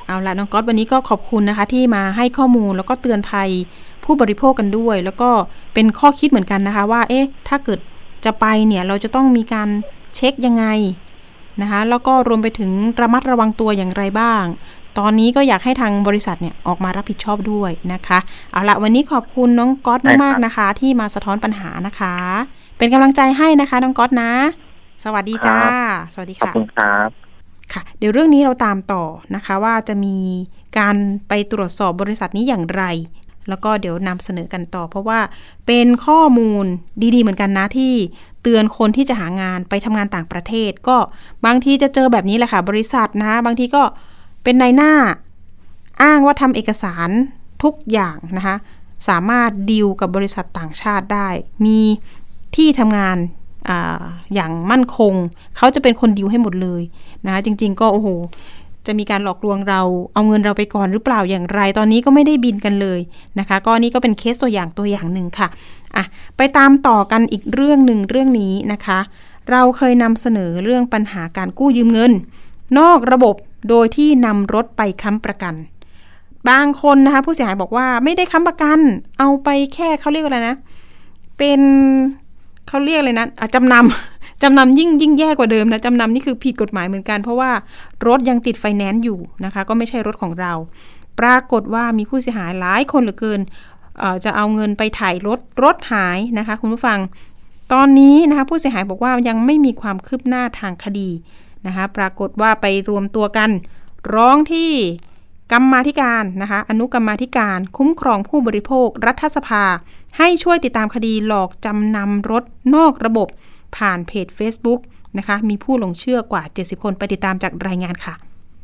เอาละน้องก๊อตวันนี้ก็ขอบคุณนะคะที่มาให้ข้อมูลแล้วก็เตือนภัยผู้บริโภคกันด้วยแล้วก็เป็นข้อคิดเหมือนกันนะคะว่าถ้าเกิดจะไปเนี่ยเราจะต้องมีการเช็คยังไงนะคะแล้วก็รวมไปถึงระมัดระวังตัวอย่างไรบ้างตอนนี้ก็อยากให้ทางบริษัทเนี่ยออกมารับผิดชอบด้วยนะคะเอาละวันนี้ขอบคุณน้องก๊อตมากๆนะคะที่มาสะท้อนปัญหานะคะเป็นกำลังใจให้นะคะน้องก๊อตนะสวัสดีจ้าสวัสดีค่ะขอบคุณครับค่ะเดี๋ยวเรื่องนี้เราตามต่อนะคะว่าจะมีการไปตรวจสอบบริษัทนี้อย่างไรแล้วก็เดี๋ยวนำเสนอกันต่อเพราะว่าเป็นข้อมูลดีๆเหมือนกันนะที่เตือนคนที่จะหางานไปทำงานต่างประเทศก็บางทีจะเจอแบบนี้แหละค่ะบริษัทนะบางทีก็เป็นนายหน้าอ้างว่าทำเอกสารทุกอย่างนะคะสามารถดีลกับบริษัทต่างชาติได้มีที่ทำงานอย่างมั่นคงเขาจะเป็นคนดีลให้หมดเลยนะจริงๆก็โอ้โหจะมีการหลอกลวงเราเอาเงินเราไปก่อนหรือเปล่าอย่างไรตอนนี้ก็ไม่ได้บินกันเลยนะคะก็นี่ก็เป็นเคสตัวอย่างหนึ่งค่ะไปตามต่อกันอีกเรื่องหนึ่งเรื่องนี้นะคะเราเคยนำเสนอเรื่องปัญหาการกู้ยืมเงินนอกระบบโดยที่นำรถไปค้ำประกันบางคนนะคะผู้เสียหายบอกว่าไม่ได้ค้ำประกันเอาไปแค่เขาเรียกอะไรนะเป็นเขาเรียกเลยนะจำนำยิ่งแย่กว่าเดิมนะจำนำนี่คือผิดกฎหมายเหมือนกันเพราะว่ารถยังติดไฟแนนซ์อยู่นะคะก็ไม่ใช่รถของเราปรากฏว่ามีผู้เสียหายหลายคนเหลือเกินจะเอาเงินไปถ่ายรถหายนะคะคุณผู้ฟังตอนนี้นะคะผู้เสียหายบอกว่ายังไม่มีความคืบหน้าทางคดีนะคะปรากฏว่าไปรวมตัวกันร้องที่กรรมาธิการนะคะอนุกรรมาธิการคุ้มครองผู้บริโภครัฐสภาให้ช่วยติดตามคดีหลอกจำนำรถนอกระบบผ่านเพจ Facebook นะคะมีผู้ลงเชื่อกว่า70คนไปติดตามจากรายงานค่ะ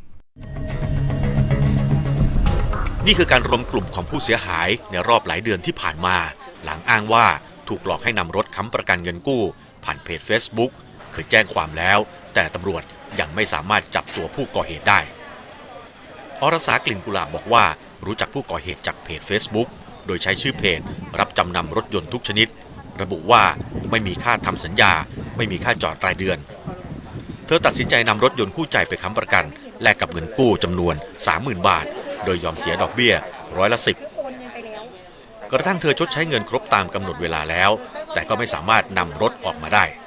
นี่คือการรวมกลุ่มของผู้เสียหายในรอบหลายเดือนที่ผ่านมาหลังอ้างว่าถูกหลอกให้นำรถค้ำประกันเงินกู้ผ่านเพจ Facebook เคยแจ้งความแล้วแต่ตำรวจยังไม่สามารถจับตัวผู้ก่อเหตุได้อรสากลิ่นกุหลาบบอกว่ารู้จักผู้ก่อเหตุจากเพจ Facebook โดยใช้ชื่อเพจรับจำนำรถยนต์ทุกชนิดระบุว่าไม่มีค่าทำสัญญาไม่มีค่าจอดรายเดือนเธอตัดสินใจนำรถยนต์คู่ใจไปค้ำประกันแลกกับเงินกู้จำนวน 30,000 บาทโดยยอมเสียดอกเบี้ย10%กระทั่งเธอชดใช้เงินครบตามกำหนดเวลาแล้วแต่ก็ไม่สามารถนำรถออกมาได้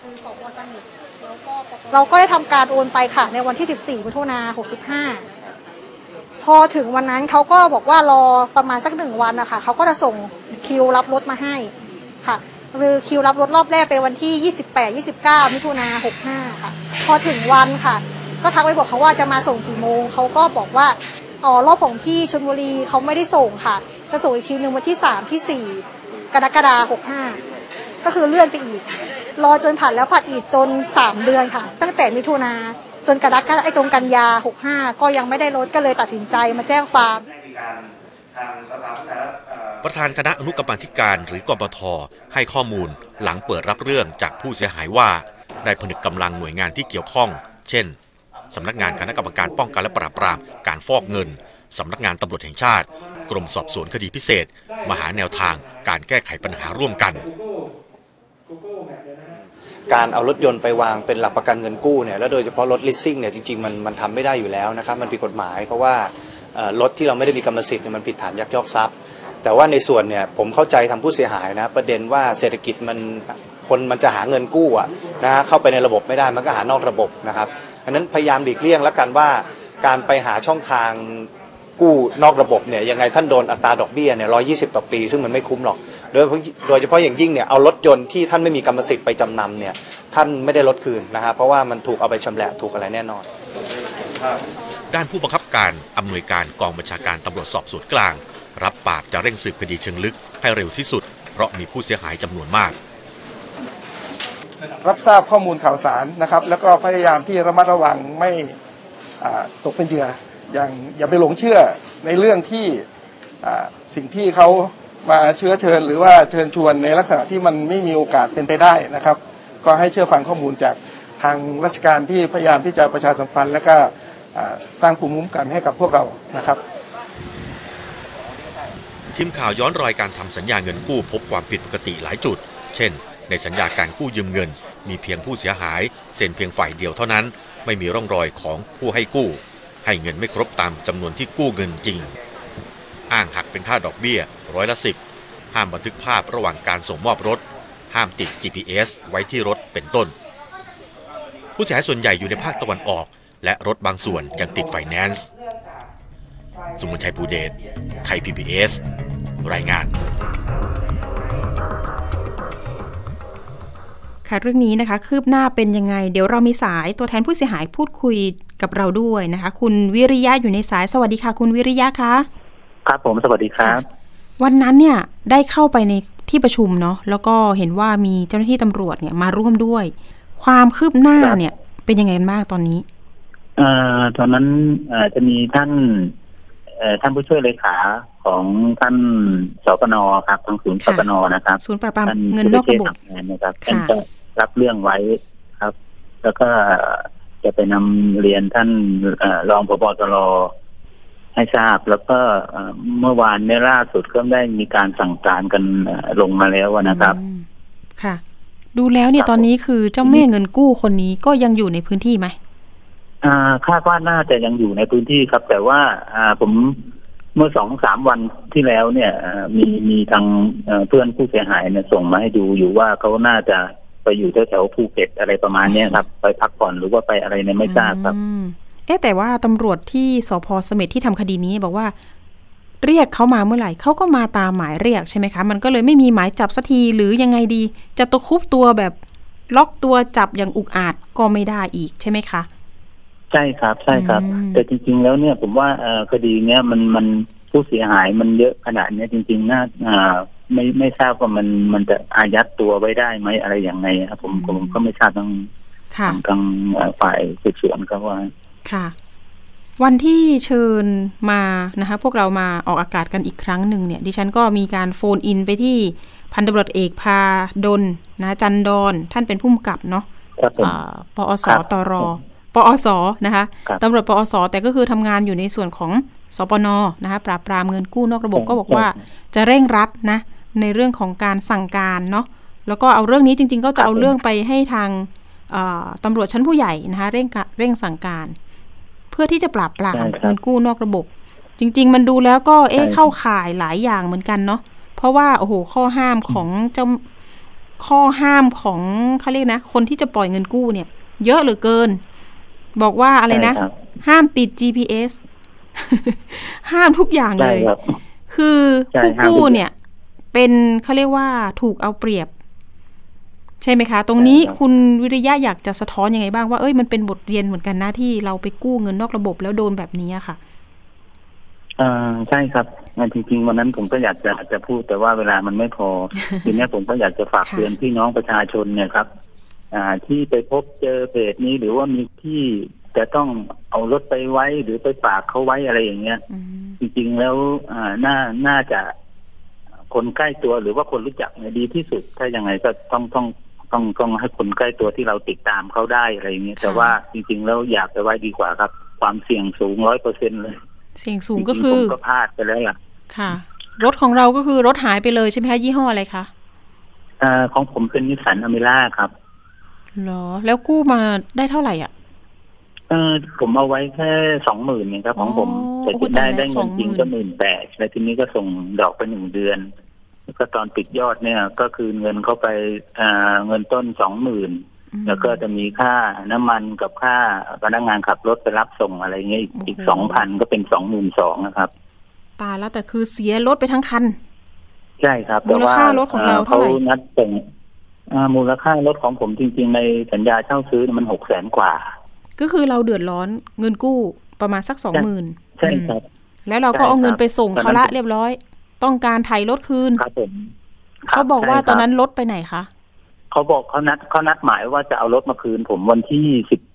เราก็ได้ทำการโอนไปค่ะในวันที่14 มิถุนายน 65พอถึงวันนั้นเขาก็บอกว่ารอประมาณสัก1 วันนะคะเขาก็จะส่งคิวรับรถมาให้ค่ะคือคิวรับรถรอบแรกเป็นวันที่ 28-29 มิถุนายน 65ค่ะพอถึงวันค่ะก็ทักไปบอกเขาว่าจะมาส่งกี่โมงเขาก็บอกว่ารอบของพี่ชลบุรีเขาไม่ได้ส่งค่ะจะส่งอีกทีนึงวันที่3 ที่ 4 กรกฎาคม 65ก็คือเลื่อนไปอีกรอจนผ่านแล้วผ่านอีกจน3 เดือนค่ะตั้งแต่มิถุนาจนจนกันยา 65ก็ยังไม่ได้รถก็เลยตัดสินใจมาแจ้งความประธานคณะอนุกรรมาธิการหรือกปท.ให้ข้อมูลหลังเปิดรับเรื่องจากผู้เสียหายว่าได้ผนึกกำลังหน่วยงานที่เกี่ยวข้องเช่นสำนักงานคณะกรรมการป้องกันและปราบปรามการฟอกเงินสำนักงานตำรวจแห่งชาติกรมสอบสวนคดีพิเศษมาหาแนวทางการแก้ไขปัญหาร่วมกันการเอารถยนต์ไปวางเป็นหลักประกันเงินกู้เนี่ยแล้วโดยเฉพาะรถ leasing เนี่ยจริงๆมันทำไม่ได้อยู่แล้วนะครับมันผิดกฎหมายเพราะว่ารถที่เราไม่ได้มีกรรมสิทธิ์เนี่ยมันผิดฐานยักยอกทรัพย์แต่ว่าในส่วนเนี่ยผมเข้าใจทางผู้เสียหายนะประเด็นว่าเศรษฐกิจมันจะหาเงินกู้นะฮะเข้าไปในระบบไม่ได้มันก็หานอกระบบนะครับอันนั้นพยายามหลีกเลี่ยงแล้วกันว่าการไปหาช่องทางกู้นอกระบบเนี่ยยังไงท่านโดนอัตราดอกเบี้ยเนี่ย120 ต่อปีซึ่งมันไม่คุ้มหรอกโดยเฉพาะอย่างยิ่งเนี่ยเอารถยนต์ที่ท่านไม่มีกรรมสิทธิ์ไปจำนำเนี่ยท่านไม่ได้รถคืนนะครับเพราะว่ามันถูกเอาไปชำแหละถูกอะไรแน่นอนด้านผู้บังคับการอำนวยการกองบัญชาการตำรวจสอบสวนกลางรับปากจะเร่งสืบคดีเชิงลึกให้เร็วที่สุดเพราะมีผู้เสียหายจำนวนมากรับทราบข้อมูลข่าวสารนะครับแล้วก็พยายามที่ระมัดระวังไม่ตกเป็นเหยื่ออย่าไปหลงเชื่อในเรื่องที่สิ่งที่เขามาเชิญหรือว่าเชิญชวนในลักษณะที่มันไม่มีโอกาสเป็นไปได้นะครับก็ให้เชื่อฟังข้อมูลจากทางราชการที่พยายามที่จะประชาสัมพันธ์และก็สร้างภูมิคุ้มกันให้กับพวกเรานะครับทีมข่าวย้อนรอยการทำสัญญาเงินกู้พบความผิดปกติหลายจุดเช่นในสัญญาการกู้ยืมเงินมีเพียงผู้เสียหายเซ็นเพียงฝ่ายเดียวเท่านั้นไม่มีร่องรอยของผู้ให้กู้ให้เงินไม่ครบตามจำนวนที่กู้เงินจริงอ้างหักเป็นค่าดอกเบี้ย10%ห้ามบันทึกภาพระหว่างการส่งมอบรถห้ามติด GPS ไว้ที่รถเป็นต้นผู้เสียหายส่วนใหญ่อยู่ในภาคตะวันออกและรถบางส่วนยังติดไฟแนนซ์สมมุติชัยภูเดชไทย PBS รายงานค่ะเรื่องนี้นะคะคืบหน้าเป็นยังไงเดี๋ยวเรามีสายตัวแทนผู้เสียหายพูดคุยกับเราด้วยนะคะคุณวิริยะอยู่ในสายสวัสดีค่ะคุณวิริยะคะครับผมสวัสดีครับวันนั้นเนี่ยได้เข้าไปในที่ประชุมเนาะแล้วก็เห็นว่ามีเจ้าหน้าที่ตำรวจเนี่ยมาร่วมด้วยความคืบหน้าเนี่ยเป็นยังไงบ้างตอนนี้ตอนนั้นจะมีท่านผู้ช่วยเลขาของท่านสปน.ครับทางศูนย์สปน.นะครับศูนย์ปราบปรามเงินนอกระบบนะครับท่านจะรับเรื่องไว้ครับแล้วก็จะไปนำเรียนท่านรองผบ.ตร.ให้ทราบแล้วก็เมื่อวานในล่าสุดก็ได้มีการสั่งการกันลงมาแล้วนะครับค่ะดูแล้วเนี่ยตอนนี้คือเจ้าแม่เงินกู้คนนี้ก็ยังอยู่ในพื้นที่ไหมคาดว่าน่าจะยังอยู่ในพื้นที่ครับแต่ว่าผมเมื่อ 2-3 วันที่แล้วเนี่ยมีทางเพื่อนผู้เสียหายเนี่ยส่งมาให้ดูอยู่ว่าเขาน่าจะไปอยู่แถวภูเก็ตอะไรประมาณนี้ครับไปพักผ่อนหรือว่าไปอะไรเนี่ยไม่ทราบครับแต่ว่าตำรวจที่สภ.เสม็ดที่ทำคดีนี้บอกว่าเรียกเขามาเมื่อไหร่เขาก็มาตามหมายเรียกใช่ไหมคะมันก็เลยไม่มีหมายจับสักทีหรือยังไงดีจะตะคุบตัวแบบล็อกตัวจับอย่างอุกอาจก็ไม่ได้อีกใช่ไหมคะใช่ครับใช่ครับแต่จริงๆแล้วเนี่ยผมว่าคดีเนี้ยมันผู้เสียหายมันเยอะขนาดนี้จริงๆน่าไม่ทราบว่ามันจะอายัดตัวไว้ได้ไหมอะไรอย่างไงครับผมก็ไม่ทราบทางฝ่ายสืบสวนครับว่าค่ะวันที่เชิญมานะคะพวกเรามาออกอากาศกันอีกครั้งหนึ่งเนี่ยดิฉันก็มีการโฟนอินไปที่พันตำรวจเอกพาดลนะจันดอนท่านเป็นผู้กำกับเนาะปอสตรปอสนะคะตำรวจปอสแต่ก็คือทำงานอยู่ในส่วนของสปนนะคะปราบปรามเงินกู้นอกระบบก็บอกว่าจะเร่งรัดนะในเรื่องของการสั่งการเนาะแล้วก็เอาเรื่องนี้จริงๆก็จะเอาเรื่องไปให้ทางตำรวจชั้นผู้ใหญ่นะคะเร่งสั่งการเพื่อที่จะปราบปรามเงินกู้นอกระบบจริงๆมันดูแล้วก็เข้าข่ายหลายอย่างเหมือนกันเนาะเพราะว่าโอ้โหข้อห้ามของเขาเรียกนะคนที่จะปล่อยเงินกู้เนี่ยเยอะเหลือเกินบอกว่าอะไรนะห้ามติด GPS ห้ามทุกอย่างเลยคือผู้กู้เนี่ยเป็นเขาเรียกว่าถูกเอาเปรียบใช่ไหมคะตรงนี้คุณวิริยะอยากจะสะท้อนยังไงบ้างว่ามันเป็นบทเรียนเหมือนกันนะที่เราไปกู้เงินนอกระบบแล้วโดนแบบนี้ค่ะใช่ครับจริงๆวันนั้นผมก็อยากจะพูดแต่ว่าเวลามันไม่พอ ทีนี้ผมก็อยากจะฝากเตือนพี่น้องประชาชนเนี่ยครับที่ไปพบเจอเพจนี้หรือว่ามีที่จะต้องเอารถไปไว้หรือไปฝากเขาไว้อะไรอย่างเงี้ยจริงๆแล้วน่าจะคนใกล้ตัวหรือว่าคนรู้จักเนี่ยดีที่สุดถ้ายังไงก็ต้องให้คนใกล้ตัวที่เราติดตามเขาได้อะไรอย่างเงี้ยแต่ว่าจริงๆแล้วอยากไปไว้ดีกว่าครับความเสี่ยงสูง 100% เลยเสี่ยงสูงก็คือผมก็พลาดไปแล้วล่ะค่ะรถของเราก็คือรถหายไปเลยใช่ไหมคะยี่ห้ออะไรคะของผมเป็นนิสสันอเมร่าครับเหรอแล้วกู้มาได้เท่าไหร่อ่ะผมเอาไว้แค่ 20,000 เองครับของผมแต่ที่ได้เงินจริงก็ 18,000 แล้วทีนี้ก็ส่งดอกไป1 เดือนแล้วก็ตอนปิดยอดเนี่ยก็คือเงินเข้าไปเงินต้น 20,000 แล้วก็จะมีค่าน้ำมันกับค่าพนักงานขับรถไปรับส่งอะไรเงี้ยอีก 2,000 ก็เป็น 22,000 นะครับตายแล้วแต่คือเสียรถไปทั้งคันใช่ครับมูลค่ารถของเราเท่าไหร่นัดส่งมูลค่ารถของผมจริงๆในสัญญาเช่าซื้อมัน 600,000 กว่าก็คือเราเดือดร้อนเงินกู้ประมาณสัก 20,000 ใช่ครับแล้วเราก็เอาเงินไปส่งเขาละเรียบร้อยต้องการไถ่รถคืนครับผมเขาบอกว่าตอนนั้นรถไปไหนคะเขาบอกเขานัดหมายว่าจะเอารถมาคืนผมวันที่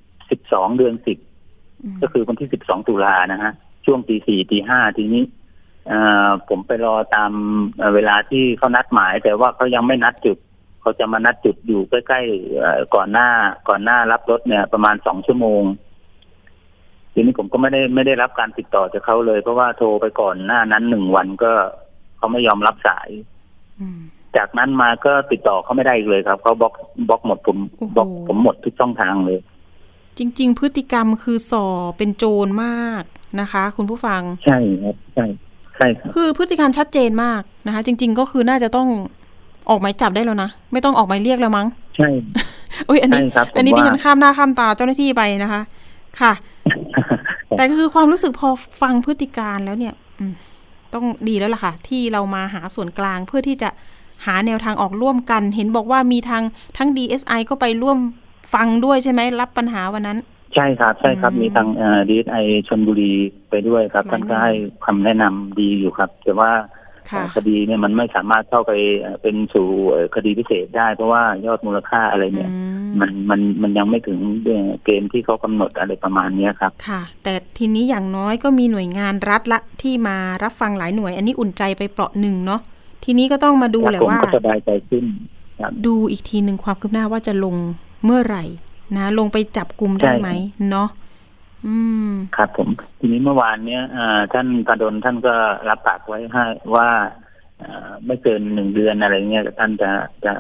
12 เดือน 10ก็คือวันที่12 ตุลานะฮะช่วง 4:00 5:00 ทีนี้ผมไปรอตามเวลาที่เขานัดหมายแต่ว่าเขายังไม่นัดจุดเขาจะมานัดจุดอยู่ใกล้ๆก่อนหน้ารับรถเนี่ยประมาณ2 ชั่วโมงทีนี้ผมก็ไม่ได้รับการติดต่อจากเขาเลยเพราะว่าโทรไปก่อนหน้านั้น1 วันก็เขาไม่ยอมรับสายจากนั้นมาก็ติดต่อเขาไม่ได้อีกเลยครับเขาบล็อกหมดผมบล็อกผมหมดทุกช่องทางเลยจจริงๆพฤติกรรมคือส่อเป็นโจรมากนะคะคุณผู้ฟังใช่ครับใช่ครับคือพฤติการชัดเจนมากนะคะจริงๆก็คือน่าจะต้องออกหมายจับได้แล้วนะไม่ต้องออกหมายเรียกแล้วมั้งใช่อุ๊ยอันนี้ดิฉันข้ามหน้าข้ามตาเจ้าหน้าที่ไปนะคะค่ะ แต่ก็คือความรู้สึกพอฟังพฤติการแล้วเนี่ยต้องดีแล้วล่ะค่ะที่เรามาหาส่วนกลางเพื่อที่จะหาแนวทางออกร่วมกันเห็นบอกว่ามีทั้ง DSI ก็ไปร่วมฟังด้วยใช่ไหมรับปัญหาวันนั้นใช่ครับมีทางDSI ชลบุรีไปด้วยครับท่านก็ให้คำแนะนำดีอยู่ครับแต่ว่าคดีเนี่ยมันไม่สามารถเข้าไปเป็นสู่คดีพิเศษได้เพราะว่ายอดมูลค่าอะไรเนี่ยมันยังไม่ถึงเกณฑ์ที่เขากำหนดอะไรประมาณนี้ครับค่ะแต่ทีนี้อย่างน้อยก็มีหน่วยงานรัฐละที่มารับฟังหลายหน่วยอันนี้อุ่นใจไปเปราะหนึ่งเนาะทีนี้ก็ต้องมาดูแหละว่าสบายใจขึ้นดูอีกทีนึงความคืบหน้าว่าจะลงเมื่อไหร่นะลงไปจับกุมได้ไหมเนาะครับผมทีนี้เมื่อวานเนี้ยท่านพดลท่านก็รับปากไว้ให้ว่าไม่เกิน1 เดือนอะไรเงี้ยท่านจะ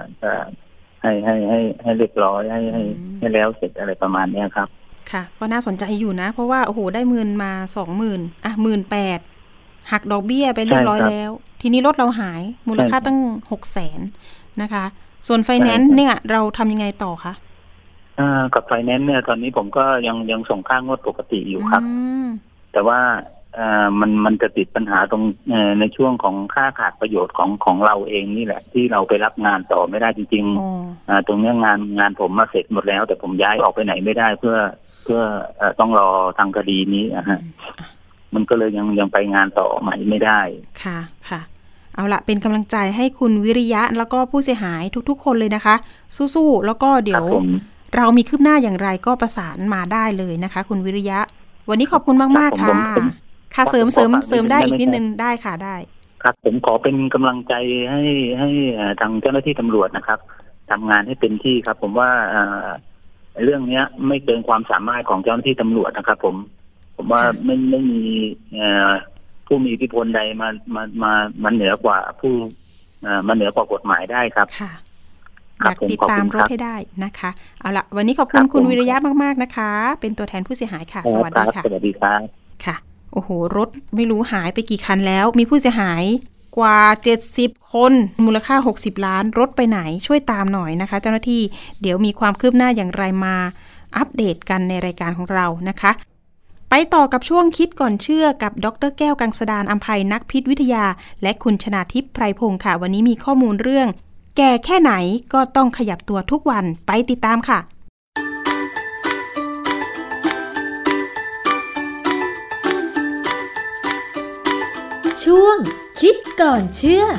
ให้เรียบร้อยให้แล้วเสร็จอะไรประมาณเนี้ยครับค่ะก็น่าสนใจอยู่นะเพราะว่าโอ้โหได้เงินมา 20,000 18,000หักดอกเบี้ยไปเรียบร้อยแล้วทีนี้รถเราหายมูลค่าตั้ง 600,000 นะคะส่วนไฟแนนซ์เนี่ยเราทำยังไงต่อคะกับไฟแนนซ์เนี่ยตอนนี้ผมก็ยังส่งค่างวดปกติอยู่ครับแต่ว่ามันจะติดปัญหาตรงในช่วงของค่าขาดประโยชน์ของเราเองนี่แหละที่เราไปรับงานต่อไม่ได้จริงๆตรงนี้งานผมมาเสร็จหมดแล้วแต่ผมย้ายออกไปไหนไม่ได้เพื่อต้องรอทางคดีนี้ฮะมันก็เลยยังไปงานต่อใหม่ไม่ได้ค่ะเอาละเป็นกำลังใจให้คุณวิริยะแล้วก็ผู้เสียหายทุกๆคนเลยนะคะสู้ๆแล้วก็เดี๋ยวเรามีคืบหน้าอย่างไรก็ประสานมาได้เลยนะคะคุณวิริยะวันนี้ขอบคุณมากๆค่ะค่ะเสริมได้อีกนิดนึงได้ค่ะได้ครับผมขอเป็นกำลังใจให้ทางเจ้าหน้าที่ตำรวจนะครับทำงานให้เต็มที่ครับผมว่าเรื่องนี้ไม่เกินความสามารถของเจ้าหน้าที่ตำรวจนะครับผมว่าไม่มีผู้มีอิทธิพลใดมาเหนือกว่ามาเหนือกว่ากฎหมายได้ครับค่ะอยากติดตามรถให้ได้นะคะเอาละวันนี้ขอบคุณคุณวิริยะมากๆนะคะเป็นตัวแทนผู้เสียหายค่ะสวัสดีค่ะสวัสดีครับค่ะโอ้โหรถไม่รู้หายไปกี่คันแล้วมีผู้เสียหายกว่า70คนมูลค่า60 ล้านรถไปไหนช่วยตามหน่อยนะคะเจ้าหน้าที่เดี๋ยวมีความคืบหน้าอย่างไรมาอัปเดตกันในรายการของเรานะคะไปต่อกับช่วงคิดก่อนเชื่อกับดร.แก้วกังสดาลอำไพนักพิษวิทยาและคุณชนาทิพย์ไพรพงศ์ค่ะวันนี้มีข้อมูลเรื่องแก่แค่ไหนก็ต้องขยับตัวทุกวันไปติดตามค่ะช่วงคิดก่อนเชื่อ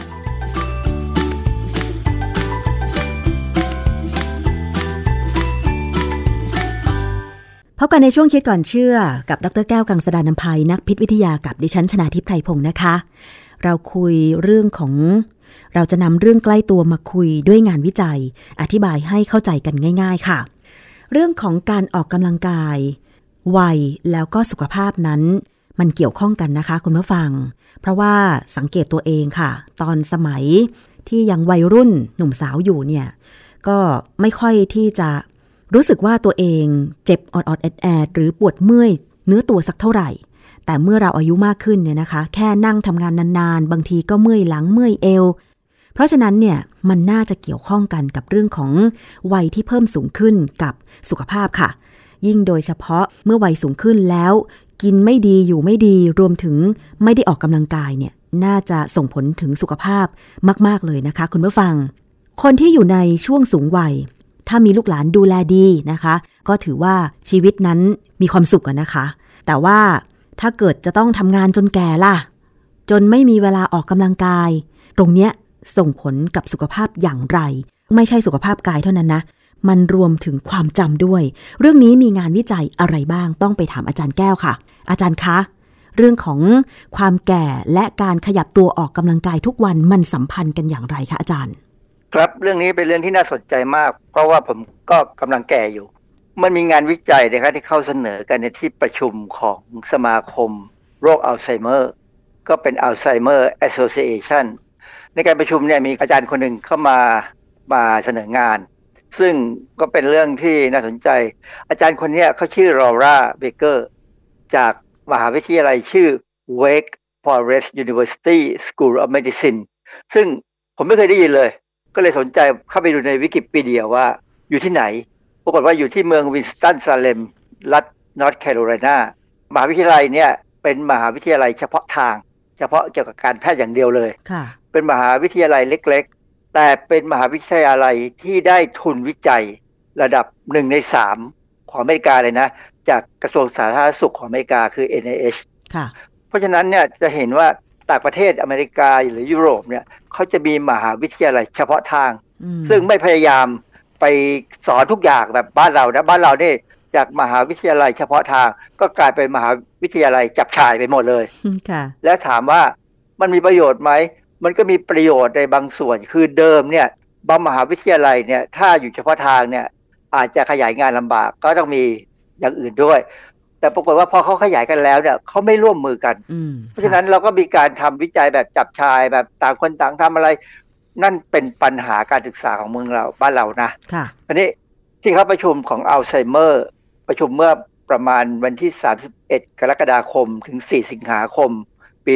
พบกันในช่วงคิดก่อนเชื่อกับดร.แก้วกังสดาลอำไพนักพิษวิทยากับดิฉันชนาทิพย์ไพรพงศ์นะคะเราคุยเรื่องของเราจะนำเรื่องใกล้ตัวมาคุยด้วยงานวิจัยอธิบายให้เข้าใจกันง่ายๆค่ะเรื่องของการออกกำลังกายวัยแล้วก็สุขภาพนั้นมันเกี่ยวข้องกันนะคะคุณผู้ฟังเพราะว่าสังเกตตัวเองค่ะตอนสมัยที่ยังวัยรุ่นหนุ่มสาวอยู่เนี่ยก็ไม่ค่อยที่จะรู้สึกว่าตัวเองเจ็บออดๆแอดๆหรือปวดเมื่อยเนื้อตัวสักเท่าไหร่แต่เมื่อเราอายุมากขึ้นเนี่ยนะคะแค่นั่งทำงานนานๆบางทีก็เมื่อยหลังเมื่อยเอวเพราะฉะนั้นเนี่ยมันน่าจะเกี่ยวข้องกันกับเรื่องของวัยที่เพิ่มสูงขึ้นกับสุขภาพค่ะยิ่งโดยเฉพาะเมื่อวัยสูงขึ้นแล้วกินไม่ดีอยู่ไม่ดีรวมถึงไม่ได้ออกกำลังกายเนี่ยน่าจะส่งผลถึงสุขภาพมากๆเลยนะคะคุณผู้ฟังคนที่อยู่ในช่วงสูงวัยถ้ามีลูกหลานดูแลดีนะคะก็ถือว่าชีวิตนั้นมีความสุขกันนะคะแต่ว่าถ้าเกิดจะต้องทำงานจนแก่ล่ะจนไม่มีเวลาออกกำลังกายตรงเนี้ยส่งผลกับสุขภาพอย่างไรไม่ใช่สุขภาพกายเท่านั้นนะมันรวมถึงความจำด้วยเรื่องนี้มีงานวิจัยอะไรบ้างต้องไปถามอาจารย์แก้วค่ะอาจารย์คะเรื่องของความแก่และการขยับตัวออกกำลังกายทุกวันมันสัมพันธ์กันอย่างไรคะอาจารย์ครับเรื่องนี้เป็นเรื่องที่น่าสนใจมากเพราะว่าผมก็กำลังแก่อยู่มันมีงานวิจัยนะครับที่เข้าเสนอกันในที่ประชุมของสมาคมโรคอัลไซเมอร์ก็เป็น Alzheimer Association ในการประชุมเนี่ยมีอาจารย์คนหนึ่งเข้ามาเสนองานซึ่งก็เป็นเรื่องที่น่าสนใจอาจารย์คนนี้เขาชื่อลอร่าเบเกอร์จากมหาวิทยาลัยชื่อ Wake Forest University School of Medicine ซึ่งผมไม่เคยได้ยินเลยก็เลยสนใจเข้าไปดูในวิกิพีเดียว่าอยู่ที่ไหนปรากฏว่าอยู่ที่เมืองวินสตันซาเลมรัฐนอร์ทแคโรไลนามหาวิทยาลัยเนี่ยเป็นมหาวิทยาลัยเฉพาะทางเฉพาะเกี่ยวกับการแพทย์อย่างเดียวเลยเป็นมหาวิทยาลัยเล็กๆแต่เป็นมหาวิทยาลัยที่ได้ทุนวิจัยระดับ1 ใน 3ของอเมริกาเลยนะจากกระทรวงสาธารณสุขของอเมริกาคือ NIH เพราะฉะนั้นเนี่ยจะเห็นว่าต่างประเทศอเมริกาหรือยุโรปเนี่ยเขาจะมีมหาวิทยาลัยเฉพาะทางซึ่งไม่พยายามไปสอนทุกอย่างแบบบ้านเรานะบ้านเราเนี่ยจากมหาวิทยาลัยเฉพาะทางก็กลายเป็นมหาวิทยาลัยจับฉ่ายไปหมดเลยแล้วถามว่ามันมีประโยชน์ไหมมันก็มีประโยชน์ในบางส่วนคือเดิมเนี่ยบางมหาวิทยาลัยเนี่ยถ้าอยู่เฉพาะทางเนี่ยอาจจะขยายงานลำบากก็ต้องมีอย่างอื่นด้วยแต่ปรากฏว่าพอเขาขยายกันแล้วเนี่ยเขาไม่ร่วมมือกันเพราะฉะนั้นเราก็มีการทำวิจัยแบบจับฉ่ายแบบต่างคนต่างทำอะไรนั่นเป็นปัญหาการศึกษาของเมืองเราบ้านเรานะอันนี้ที่เขาประชุมของอัลไซเมอร์ประชุมเมื่อประมาณวันที่31กรกฎาคมถึง4สิงหาคมปี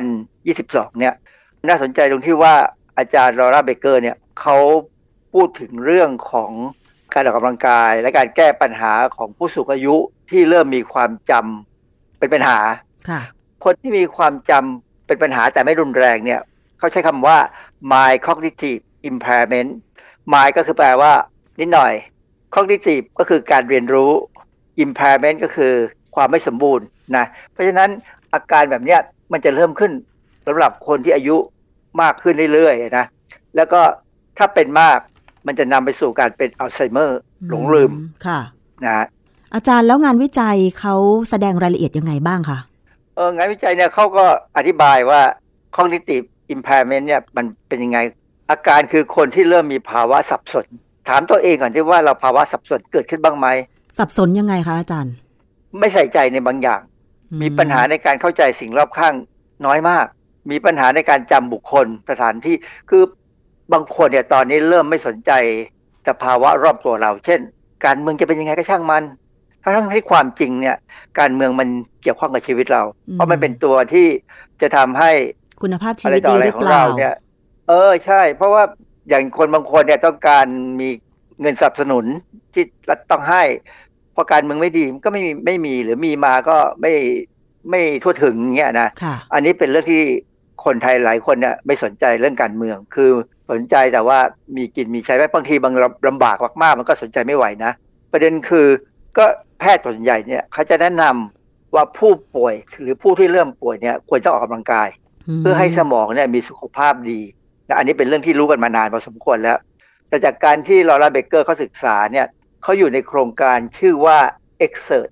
2022เนี่ยน่าสนใจตรงที่ว่าอาจารย์ลอร่าเบเกอร์เนี่ยเขาพูดถึงเรื่องของการออกกำลังกายและการแก้ปัญหาของผู้สูงอายุที่เริ่มมีความจำเป็นปัญหาคนที่มีความจำเป็นปัญหาแต่ไม่รุนแรงเนี่ยเขาใช้คำว่า mild cognitive impairment mild ก็คือแปลว่านิดหน่อย cognitive ก็คือการเรียนรู้ impairment ก็คือความไม่สมบูรณ์นะเพราะฉะนั้นอาการแบบเนี้ยมันจะเริ่มขึ้นสำหรับคนที่อายุมากขึ้นเรื่อยๆนะแล้วก็ถ้าเป็นมากมันจะนำไปสู่การเป็นอัลไซเมอร์หลงลืมนะอาจารย์แล้วงานวิจัยเขาแสดงรายละเอียดยังไงบ้างคะงานวิจัยเนี่ยเขาก็อธิบายว่า cognitive impairment เนี่ยมันเป็นยังไงอาการคือคนที่เริ่มมีภาวะสับสนถามตัวเองก่อนที่ว่าเราภาวะสับสนเกิดขึ้นบ้างไหมสับสนยังไงคะอาจารย์ไม่ใส่ใจในบางอย่างมีปัญหาในการเข้าใจสิ่งรอบข้างน้อยมากมีปัญหาในการจำบุคคลสถานที่คือบางคนเนี่ยตอนนี้เริ่มไม่สนใจสภาวะรอบตัวเราเช่นการเมืองจะเป็นยังไงก็ช่างมันทั้งที่ความจริงเนี่ยการเมืองมันเกี่ยวข้องกับชีวิตเราเพราะมันเป็นตัวที่จะทำให้คุณภาพชีวิตดีหรือเปล่าเนี่ยใช่เพราะว่าอย่างคนบางคนเนี่ยต้องการมีเงินสนับสนุนที่รัฐต้องให้พอการเมืองไม่ดีก็ไม่มีหรือมีมาก็ไม่ทั่วถึงเงี้ยนะอันนี้เป็นเรื่องที่คนไทยหลายคนเนี่ยไม่สนใจเรื่องการเมืองคือสนใจแต่ว่ามีกินมีใช้บางทีบางลำบากมากๆมันก็สนใจไม่ไหวนะประเด็นคือก็แพทย์ส่วนใหญ่เนี่ยเขาจะแนะนำว่าผู้ป่วยหรือผู้ที่เริ่มป่วยเนี่ยควรต้องออกกำลังกายเพื่อให้สมองเนี่ยมีสุขภาพดีและอันนี้เป็นเรื่องที่รู้กันมานานพอสมควรแล้วแต่จากการที่ลอร่าเบเกอร์เขาศึกษาเนี่ยเขาอยู่ในโครงการชื่อว่า EXERT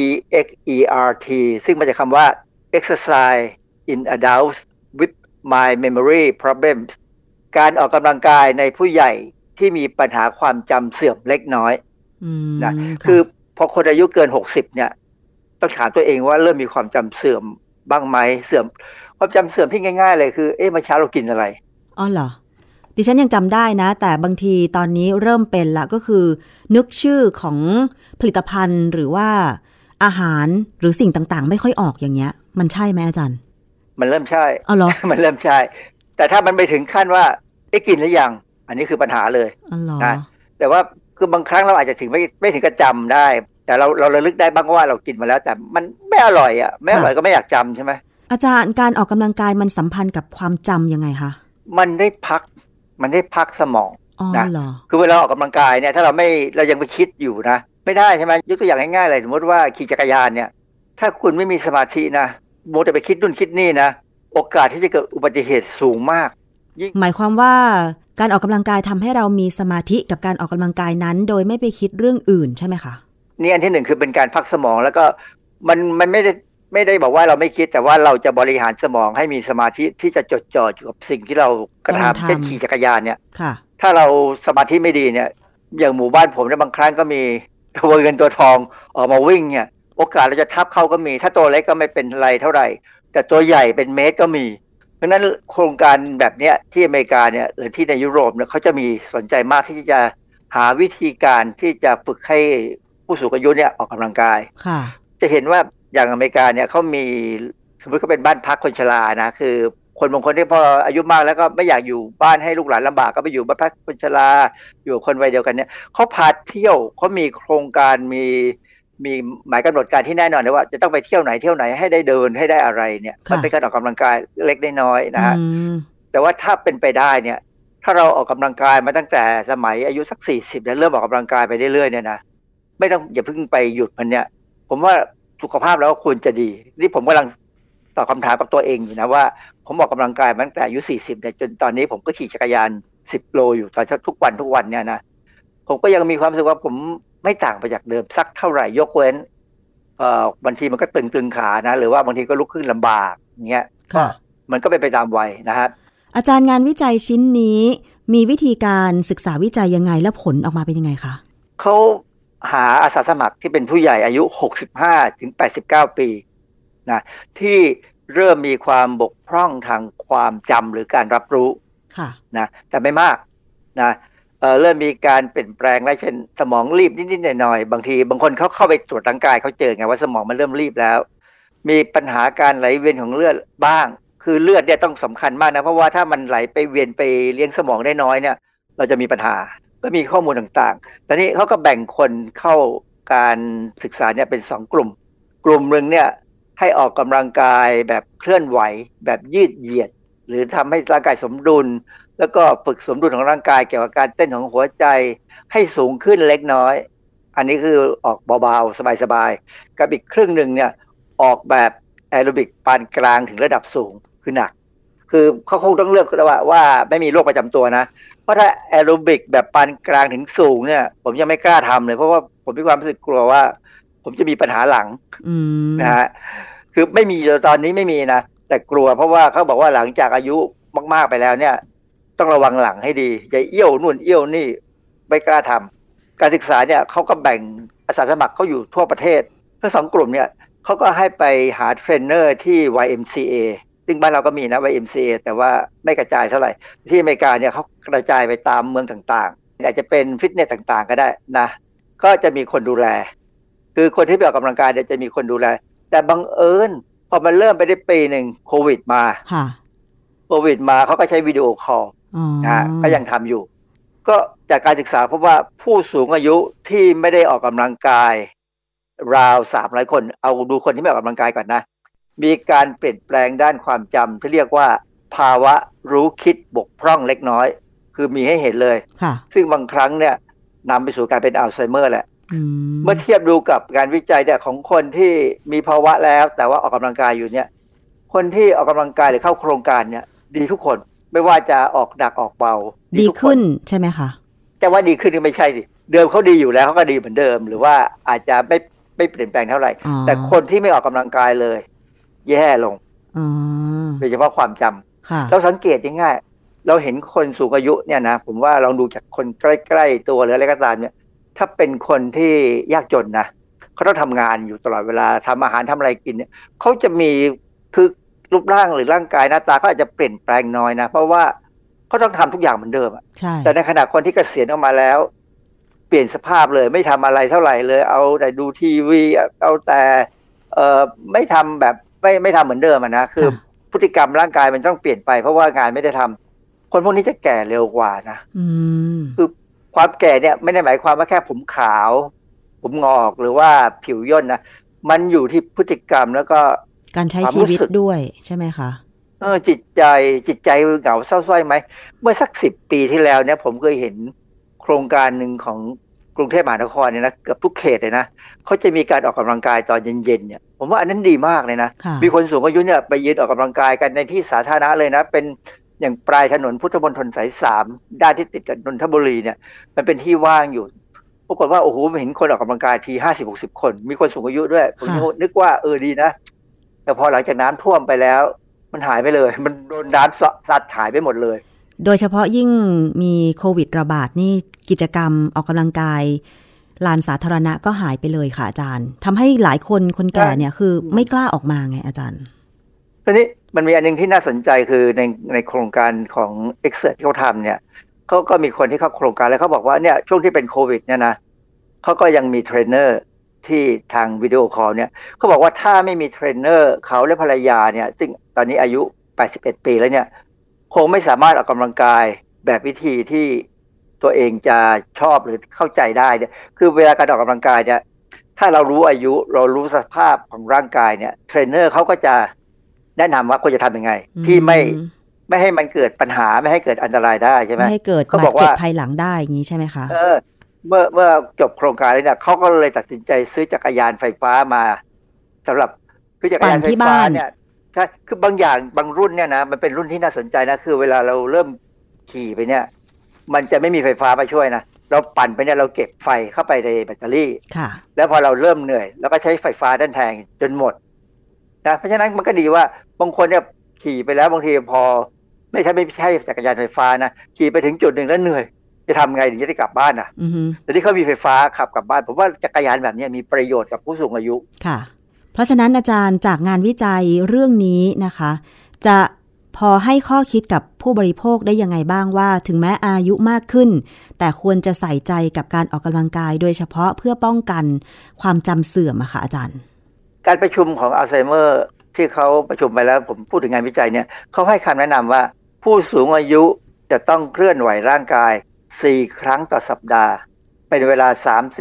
EXERT ซึ่งมาจากคำว่า Exercise in Adults with Mild Memory Problems การออกกำลังกายในผู้ใหญ่ที่มีปัญหาความจำเสื่อมเล็กน้อยนะคือพอคนอายุเกิน60เนี่ยต้องถามตัวเองว่าเริ่มมีความจำเสื่อมบ้างไหมเสื่อมความจำเสื่อมที่ง่ายๆเลยคือเมื่อเช้าเรากินอะไรอ๋อเหรอดิฉันยังจำได้นะแต่บางทีตอนนี้เริ่มเป็นละก็คือนึกชื่อของผลิตภัณฑ์หรือว่าอาหารหรือสิ่งต่างๆไม่ค่อยออกอย่างเงี้ยมันใช่ไหมอาจารย์มันเริ่มใช่อ๋อเหรอมันเริ่มใช่แต่ถ้ามันไปถึงขั้นว่ากินหรือยังอันนี้คือปัญหาเลยนะแต่ว่าคือบางครั้งเราอาจจะถึงไม่ถึงกับจำได้แต่เราระลึกได้บ้างว่าเรากินมาแล้วแต่มันไม่อร่อยอ่ะไม่อร่อยก็ไม่อยากจำใช่ไหมอาจารย์การออกกำลังกายมันสัมพันธ์กับความจำยังไงคะมันได้พักสมองนะคือเวลาออกกำลังกายเนี่ยถ้าเรายังไปคิดอยู่นะไม่ได้ใช่ไหมยกตัวอย่างง่ายๆเลยสมมติว่าขี่จักรยานเนี่ยถ้าคุณไม่มีสมาธินะโมแต่ไปคิดนู่นคิดนี่นะโอกาสที่จะเกิดอุบัติเหตุสูงมากหมายความว่าการออกกำลังกายทำให้เรามีสมาธิกับการออกกำลังกายนั้นโดยไม่ไปคิดเรื่องอื่นใช่ไหมคะนี่อันที่หนึ่งคือเป็นการพักสมองแล้วก็มันไม่ได้บอกว่าเราไม่คิดแต่ว่าเราจะบริหารสมองให้มีสมาธิที่จะจดจ่ออยู่กับสิ่งที่เรากระทำเช่นขี่จักรยานเนี่ยถ้าเราสมาธิไม่ดีเนี่ยอย่างหมู่บ้านผมเนี่ยบางครั้งก็มีตัวเงินตัวทองออกมาวิ่งเนี่ยโอกาสเราจะทับเข้าก็มีถ้าตัวเล็กก็ไม่เป็นไรเท่าไหร่แต่ตัวใหญ่เป็นเมตรก็มีเพราะนั้นโครงการแบบเนี้ยที่อเมริกาเนี่ยหรือที่ในยุโรปเนี่ยเขาจะมีสนใจมากที่จะหหาวิธีการที่จะฝึกให้ผู้สูงอายุเนี่ยออกกำลังกายจะเห็นว่าอย่างอเมริกาเนี่ยเขามีสมมติเขาเป็นบ้านพักคนชรานะคือคนบางคนที่พออายุมากแล้วก็ไม่อยากอยู่บ้านให้ลูกหลานลำบากก็ไปอยู่บ้านพักคนชราอยู่คนวัยเดียวกันเนี่ยเขาพาเที่ยวเขามีโครงการมีหมายกำหนดการที่แน่นอนเลยว่าจะต้องไปเที่ยวไหนให้ได้เดินให้ได้อะไรเนี่ยมันเป็นการออกกำลังกายเล็กน้อยนะฮะแต่ว่าถ้าเป็นไปได้เนี่ยถ้าเราออกกำลังกายมาตั้งแต่สมัยอายุสัก40แล้วเริ่มออกกำลังกายไปเรื่อยๆเนี่ยนะไม่ต้องอย่าเพิ่งไปหยุดมันเนี่ยผมว่าสุขภาพแล้วควรจะดีนี่ผมกำลังตอบคำถามกับตัวเองอยู่นะว่าผมออกกำลังกายมาตั้งแต่อายุ40เนี่ยจนตอนนี้ผมก็ขี่จักรยาน10โลอยู่ตอนทุกวันเนี่ยนะผมก็ยังมีความรู้สึกว่าผมไม่ต่างไปจากเดิมสักเท่าไหร่ยกเว้นบางทีมันก็ตึงขานะหรือว่าบางทีก็ลุกขึ้นลำบากอย่างเงี้ยก็มันก็เป็นไปตามวัยนะครับอาจารย์งานวิจัยชิ้นนี้มีวิธีการศึกษาวิจัยยังไงและผลออกมาเป็นยังไงคะเขาหาอาสาสมัครที่เป็นผู้ใหญ่อายุ65ถึง89ปีนะที่เริ่มมีความบกพร่องทางความจำหรือการรับรู้นะแต่ไม่มากนะเริ่มมีการเปลี่ยนแปลงได้เช่นสมองรีบนิดๆหน่อยๆบางทีบางคนเขาเข้าไปตรวจร่างกายเขาเจอไงว่าสมองมันเริ่มรีบแล้วมีปัญหาการไหลเวียนของเลือดบ้างคือเลือดเนี่ยต้องสำคัญมากนะเพราะว่าถ้ามันไหลไปเวียนไปเลี้ยงสมองได้น้อยเนี่ยเราจะมีปัญหาก็มีข้อมูลต่างๆตอนนี้เขาก็แบ่งคนเข้าการศึกษาเนี่ยเป็น2กลุ่มนึงเนี่ยให้ออกกำลังกายแบบเคลื่อนไหวแบบยืดเหยียดหรือทำให้ร่างกายสมดุลแล้วก็ฝึกสมดุลของร่างกายเกี่ยวกับการเต้นของหัวใจให้สูงขึ้นเล็กน้อยอันนี้คือออกเบาๆสบายๆกับอีกครึ่งนึงเนี่ยออกแบบแอโรบิกปานกลางถึงระดับสูงคือหนักคือเขาคงต้องเลือกว่าไม่มีโรคประจำตัวนะเพราะถ้าแอโรบิกแบบปานกลางถึงสูงเนี่ยผมยังไม่กล้าทำเลยเพราะว่าผมมีความรู้สึกกลัวว่าผมจะมีปัญหาหลังนะฮะคือไม่มีตอนนี้ไม่มีนะแต่กลัวเพราะว่าเขาบอกว่าหลังจากอายุมากๆไปแล้วเนี่ยต้องระวังหลังให้ดีอย่าเอี้ยวนู่นเอี้ยวนี่ไม่กล้าทำการศึกษาเนี่ยเขาก็แบ่งอาสาสมัครเขาอยู่ทั่วประเทศทั้ง2กลุ่มเนี่ยเขาก็ให้ไปหาเทรนเนอร์ที่ YMCA ซึ่งบ้านเราก็มีนะ YMCA แต่ว่าไม่กระจายเท่าไหร่ที่อเมริกาเนี่ยเขากระจายไปตามเมืองต่างๆอาจจะเป็นฟิตเนสต่างๆก็ได้นะก็จะมีคนดูแลคือคนที่ไปออกกำลังกายเนี่ยจะมีคนดูแลแต่บังเอิญพอมันเริ่มไปได้ปีหนึ่งโควิดมาเขาก็ใช้วิดีโอคอลก็ยังทำอยู่ก็จากการศึกษาพบว่าผู้สูงอายุที่ไม่ได้ออกกำลังกายราว300คนเอาดูคนที่ไม่ออกกำลังกายก่อนนะมีการเปลี่ยนแปลงด้านความจำที่เรียกว่าภาวะรู้คิดบกพร่องเล็กน้อยคือมีให้เห็นเลยซึ่งบางครั้งเนี่ยนำไปสู่การเป็นอัลไซเมอร์แหละเมื่อเทียบดูกับการวิจัยเนี่ยของคนที่มีภาวะแล้วแต่ว่าออกกำลังกายอยู่เนี่ยคนที่ออกกำลังกายหรือเข้าโครงการเนี่ยดีทุกคนไม่ว่าจะออกหนักออกเบาดีขึ้นใช่ไหมคะแต่ว่าดีขึ้นนี่ไม่ใช่สิเดิมเขาดีอยู่แล้วเขาก็ดีเหมือนเดิมหรือว่าอาจจะไม่เปลี่ยนแปลงเท่าไหร่แต่คนที่ไม่ออกกำลังกายเลยแย่ลงโดยเฉพาะความจำเราสังเกตง่ายๆเราเห็นคนสูงอายุเนี่ยนะผมว่าลองดูจากคนใกล้ๆตัวหรืออะไรก็ตามเนี่ยถ้าเป็นคนที่ยากจนนะเขาต้องทำงานอยู่ตลอดเวลาทำอาหารทำอะไรกินเนี่ยเขาจะมีคือรูปร่างหรือร่างกายหน้าตาเขาอาจจะเปลี่ยนแปลงน้อยนะเพราะว่าเขาต้องทำทุกอย่างเหมือนเดิมแต่ในขณะคนที่เกษียณออกมาแล้วเปลี่ยนสภาพเลยไม่ทำอะไรเท่าไหร่เลยเอาแต่ดูทีวีเอาแต่ไม่ทำแบบไม่ทำเหมือนเดิมนะคือพฤติกรรมร่างกายมันต้องเปลี่ยนไปเพราะว่างานไม่ได้ทำคนพวกนี้จะแก่เร็วกว่านะคือความแก่เนี่ยไม่ได้หมายความว่าแค่ผมขาวผมงอกหรือว่าผิวย่นนะมันอยู่ที่พฤติกรรมแล้วก็การใช้ชีวิตด้วยใช่ไหมคะจิตใจเหงาเศร้าส้อยไหมเมื่อสัก10 ปีที่แล้วเนี่ยผมเคยเห็นโครงการหนึ่งของกรุงเทพมหานครเนี่ยนะเกือบทุกเขตเลยนะเขาจะมีการออกกำลังกายตอนเย็นๆเนี่ยผมว่าอันนั้นดีมากเลยนะมีคนสูงอายุเนี่ยไปยืนออกกำลังกายกันในที่สาธารณะเลยนะเป็นอย่างปลายถนนพุทธมณฑลสาย3ด้านที่ติดกับนนทบุรีเนี่ยมันเป็นที่ว่างอยู่ปรากฏว่าโอ้โหเห็นคนออกกำลังกายที50-60 คนมีคนสูงอายุด้วยผมนึกว่าดีนะแต่พอหลังจากน้ำท่วมไปแล้วมันหายไปเลยมันโดนน้ำซัดหายไปหมดเลยโดยเฉพาะยิ่งมีโควิดระบาดนี่กิจกรรมออกกำลังกายลานสาธารณะก็หายไปเลยค่ะอาจารย์ทำให้หลายคนแก่เนี่ยคือไม่กล้าออกมาไงอาจารย์ทีนี้มันมีอันนึงที่น่าสนใจคือในโครงการของ Exert ที่เขาทำเนี่ยเขาก็มีคนที่เข้าโครงการแล้วเขาบอกว่าเนี่ยช่วงที่เป็นโควิดเนี่ยนะเขาก็ยังมีเทรนเนอร์ที่ทางวิดีโอคอลเนี่ยเขาบอกว่าถ้าไม่มีเทรนเนอร์เขาและภรรยาเนี่ยซึ่งตอนนี้อายุ81ปีแล้วเนี่ยคงไม่สามารถออกกำลังกายแบบวิธีที่ตัวเองจะชอบหรือเข้าใจได้เนี่ยคือเวลาการออกกำลังกายเนี่ยถ้าเรารู้อายุเรารู้สภาพของร่างกายเนี่ยเทรนเนอร์เขาก็จะแนะนำว่าควรจะทำยังไงที่ไม่ให้มันเกิดปัญหาไม่ให้เกิดอันตรายได้ใช่ไหมไม่ให้เกิดบาดเจ็บภายหลังได้อย่างนี้ใช่ไหมคะเมื่อจบโครงการแล้วเนี่ยเขาก็เลยตัดสินใจซื้อจักรยานไฟฟ้ามาสำหรับคือจักรยานไฟฟ้าเนี่ยใช่คือบางอย่างบางรุ่นเนี่ยนะมันเป็นรุ่นที่น่าสนใจนะคือเวลาเราเริ่มขี่ไปเนี่ยมันจะไม่มีไฟฟ้ามาช่วยนะเราปั่นไปเนี่ยเราเก็บไฟเข้าไปในแบตเตอรี่แล้วพอเราเริ่มเหนื่อยเราก็ใช้ไฟฟ้าด้านแทนจนหมดนะเพราะฉะนั้นมันก็ดีว่าบางคนเนี่ยขี่ไปแล้วบางทีพอไม่ใช่จักรยานไฟฟ้านะขี่ไปถึงจุดหนึ่งแล้วเหนื่อยจะทำไงถึงจะได้กลับบ้านอ่ะแต่ที่เขามีไฟฟ้าขับกลับบ้านผมว่าจักรยานแบบนี้มีประโยชน์กับผู้สูงอายุค่ะเพราะฉะนั้นอาจารย์จากงานวิจัยเรื่องนี้นะคะจะพอให้ข้อคิดกับผู้บริโภคได้ยังไงบ้างว่าถึงแม้อายุมากขึ้นแต่ควรจะใส่ใจกับการออกกำลังกายโดยเฉพาะเพื่อป้องกันความจำเสื่อมอะค่ะอาจารย์การประชุมของอัลไซเมอร์ที่เขาประชุมไปแล้วผมพูดถึงงานวิจัยเนี่ยเขาให้คำแนะนำว่าผู้สูงอายุจะต้องเคลื่อนไหวร่างกาย4 ครั้งต่อสัปดาห์เป็นเวลา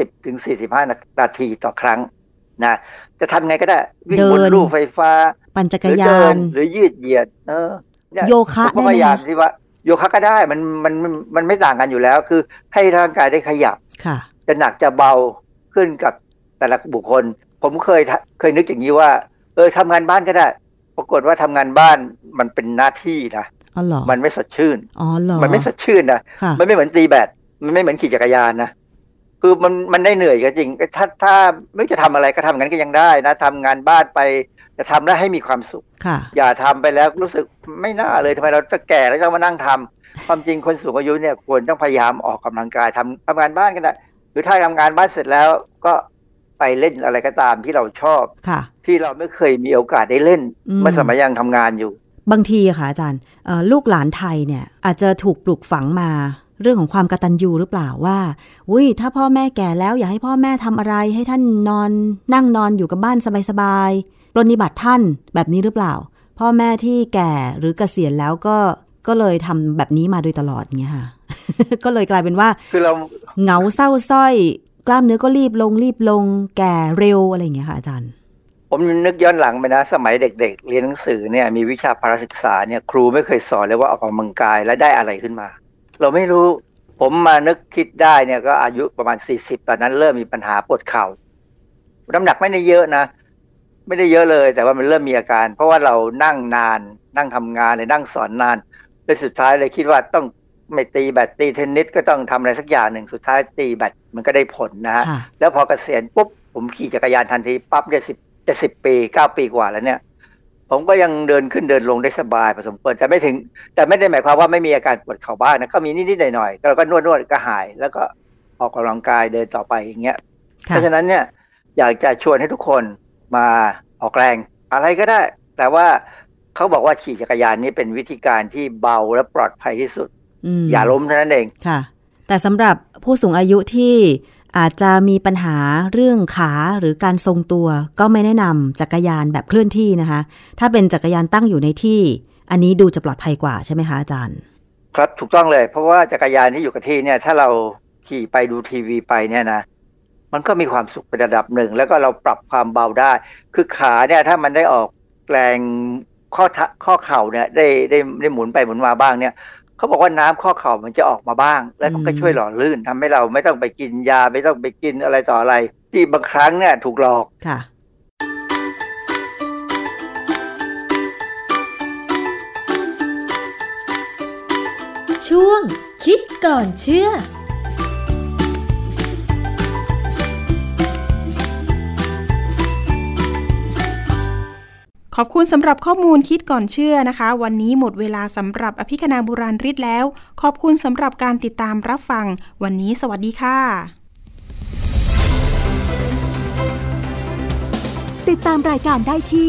30-45 นาทีต่อครั้งนะจะทำไงก็ได้วิ่งบนลู่ไฟฟ้าปั่นจักรยานหรือยืดเหยียดโยคะได้ไหมที่ว่าโยคะก็ได้มันไม่ต่างกันอยู่แล้วคือให้ร่างกายได้ขยับจะหนักจะเบาขึ้นกับแต่ละบุคคลผมเคยนึกอย่างนี้ว่าทำงานบ้านก็ได้ปรากฏว่าทำงานบ้านมันเป็นหน้าที่นะมันไม่สดชื่นมันไม่สดชื่นนะมันไม่เหมือนตีแบดมันไม่เหมือนขี่จักรยานนะคือมันได้เหนื่อยก็จริงถ้าไม่จะทำอะไรก็ทำงั้นก็ยังได้นะทำงานบ้านไปจะทำได้ให้มีความสุขอย่าทำไปแล้วรู้สึกไม่น่าเลยทำไมเราจะแก่แล้วต้องมานั่งทำความจริงคนสูงอายุเนี่ยควรต้องพยายามออกกำลังกายทำงานบ้านก็ได้หรือถ้าทำงานบ้านเสร็จแล้วก็ไปเล่นอะไรก็ตามที่เราชอบที่เราไม่เคยมีโอกาสได้เล่นเมื่อสมัยยังทำงานอยู่บางทีค่ะอาจารย์ลูกหลานไทยเนี่ยอาจจะถูกปลูกฝังมาเรื่องของความกตัญญูหรือเปล่าว่าถ้าพ่อแม่แก่แล้วอยากให้พ่อแม่ทำอะไรให้ท่านนั่งนอนอยู่กับบ้านสบายๆปรนนิบัติท่านแบบนี้หรือเปล่าพ่อแม่ที่แก่หรือเกษียณแล้วก็เลยทำแบบนี้มาโดยตลอดเงี้ยค่ะ ก็เลยกลายเป็นว่าคือเราเหงาเศร้าส้อยกล้ามเนื้อก็รีบลงแก่เร็วอะไรอย่างเงี้ยค่ะอาจารย์ผมนึกย้อนหลังไปนะสมัยเด็กๆเรียนหนังสือเนี่ยมีวิชาพละศึกษาเนี่ยครูไม่เคยสอนเลยว่าออกกำลังกายแล้วได้อะไรขึ้นมาเราไม่รู้ผมมานึกคิดได้เนี่ยก็อายุประมาณ40ตอนนั้นเริ่มมีปัญหาปวดเข่าน้ำหนักไม่ได้เยอะนะไม่ได้เยอะเลยแต่ว่ามันเริ่มมีอาการเพราะว่าเรานั่งนานนั่งทำงานเลยนั่งสอนนานเลยสุดท้ายเลยคิดว่าต้องไม่ตีแบดตีเทนนิสก็ต้องทำอะไรสักอย่างหนึ่งสุดท้ายตีแบดมันก็ได้ผลนะฮะแล้วพอเกษียณปุ๊บผมขี่จักรยานทันทีปั๊บเนี่ย10 ปี9 ปีกว่าแล้วเนี่ยผมก็ยังเดินขึ้นเดินลงได้สบายพอสมควรแต่ไม่ได้หมายความว่าไม่มีอาการปวดเข่าบ้างนะก็มีนิดๆหน่อยๆเราก็นวดก็หายแล้วก็ออกกำลังกายเดินต่อไปอย่างเงี้ยเพราะฉะนั้นเนี่ยอยากจะชวนให้ทุกคนมาออกแรงอะไรก็ได้แต่ว่าเขาบอกว่าขี่จักรยานนี้เป็นวิธีการที่เบาและปลอดภัยที่สุดอย่าล้มเท่านั้นเองค่ะแต่สำหรับผู้สูงอายุที่อาจจะมีปัญหาเรื่องขาหรือการทรงตัวก็ไม่แนะนำจักรยานแบบเคลื่อนที่นะคะถ้าเป็นจักรยานตั้งอยู่ในที่อันนี้ดูจะปลอดภัยกว่าใช่ไหมคะอาจารย์ครับถูกต้องเลยเพราะว่าจักรยานที่อยู่กับที่เนี่ยถ้าเราขี่ไปดูทีวีไปเนี่ยนะมันก็มีความสุขเป็นระดับหนึ่งแล้วก็เราปรับความเบาได้คือขาเนี่ยถ้ามันได้ออกแรงข้อเข่าเนี่ยได้หมุนไปหมุนมาบ้างเนี่ยเขาบอกว่าน้ำข้อเข่ามันจะออกมาบ้างแล้วมันก็ช่วยหล่อลื่นทำให้เราไม่ต้องไปกินยาไม่ต้องไปกินอะไรต่ออะไรที่บางครั้งเนี่ยถูกหลอกค่ะช่วงคิดก่อนเชื่อขอบคุณสำหรับข้อมูลคิดก่อนเชื่อนะคะวันนี้หมดเวลาสำหรับอภิคณาบุราริศแล้วขอบคุณสำหรับการติดตามรับฟังวันนี้สวัสดีค่ะติดตามรายการได้ที่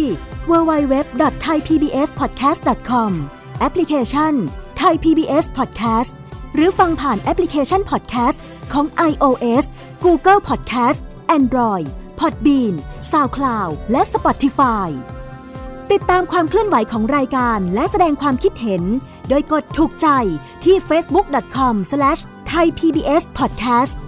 www.thaipbspodcast.com แอปพลิเคชัน Thai PBS Podcast หรือฟังผ่านแอปพลิเคชัน Podcast ของ iOS Google Podcast Android Podbean SoundCloud และ Spotify ติดตามความเคลื่อนไหวของรายการและแสดงความคิดเห็นโดยกดถูกใจที่ facebook.com/thaipbspodcast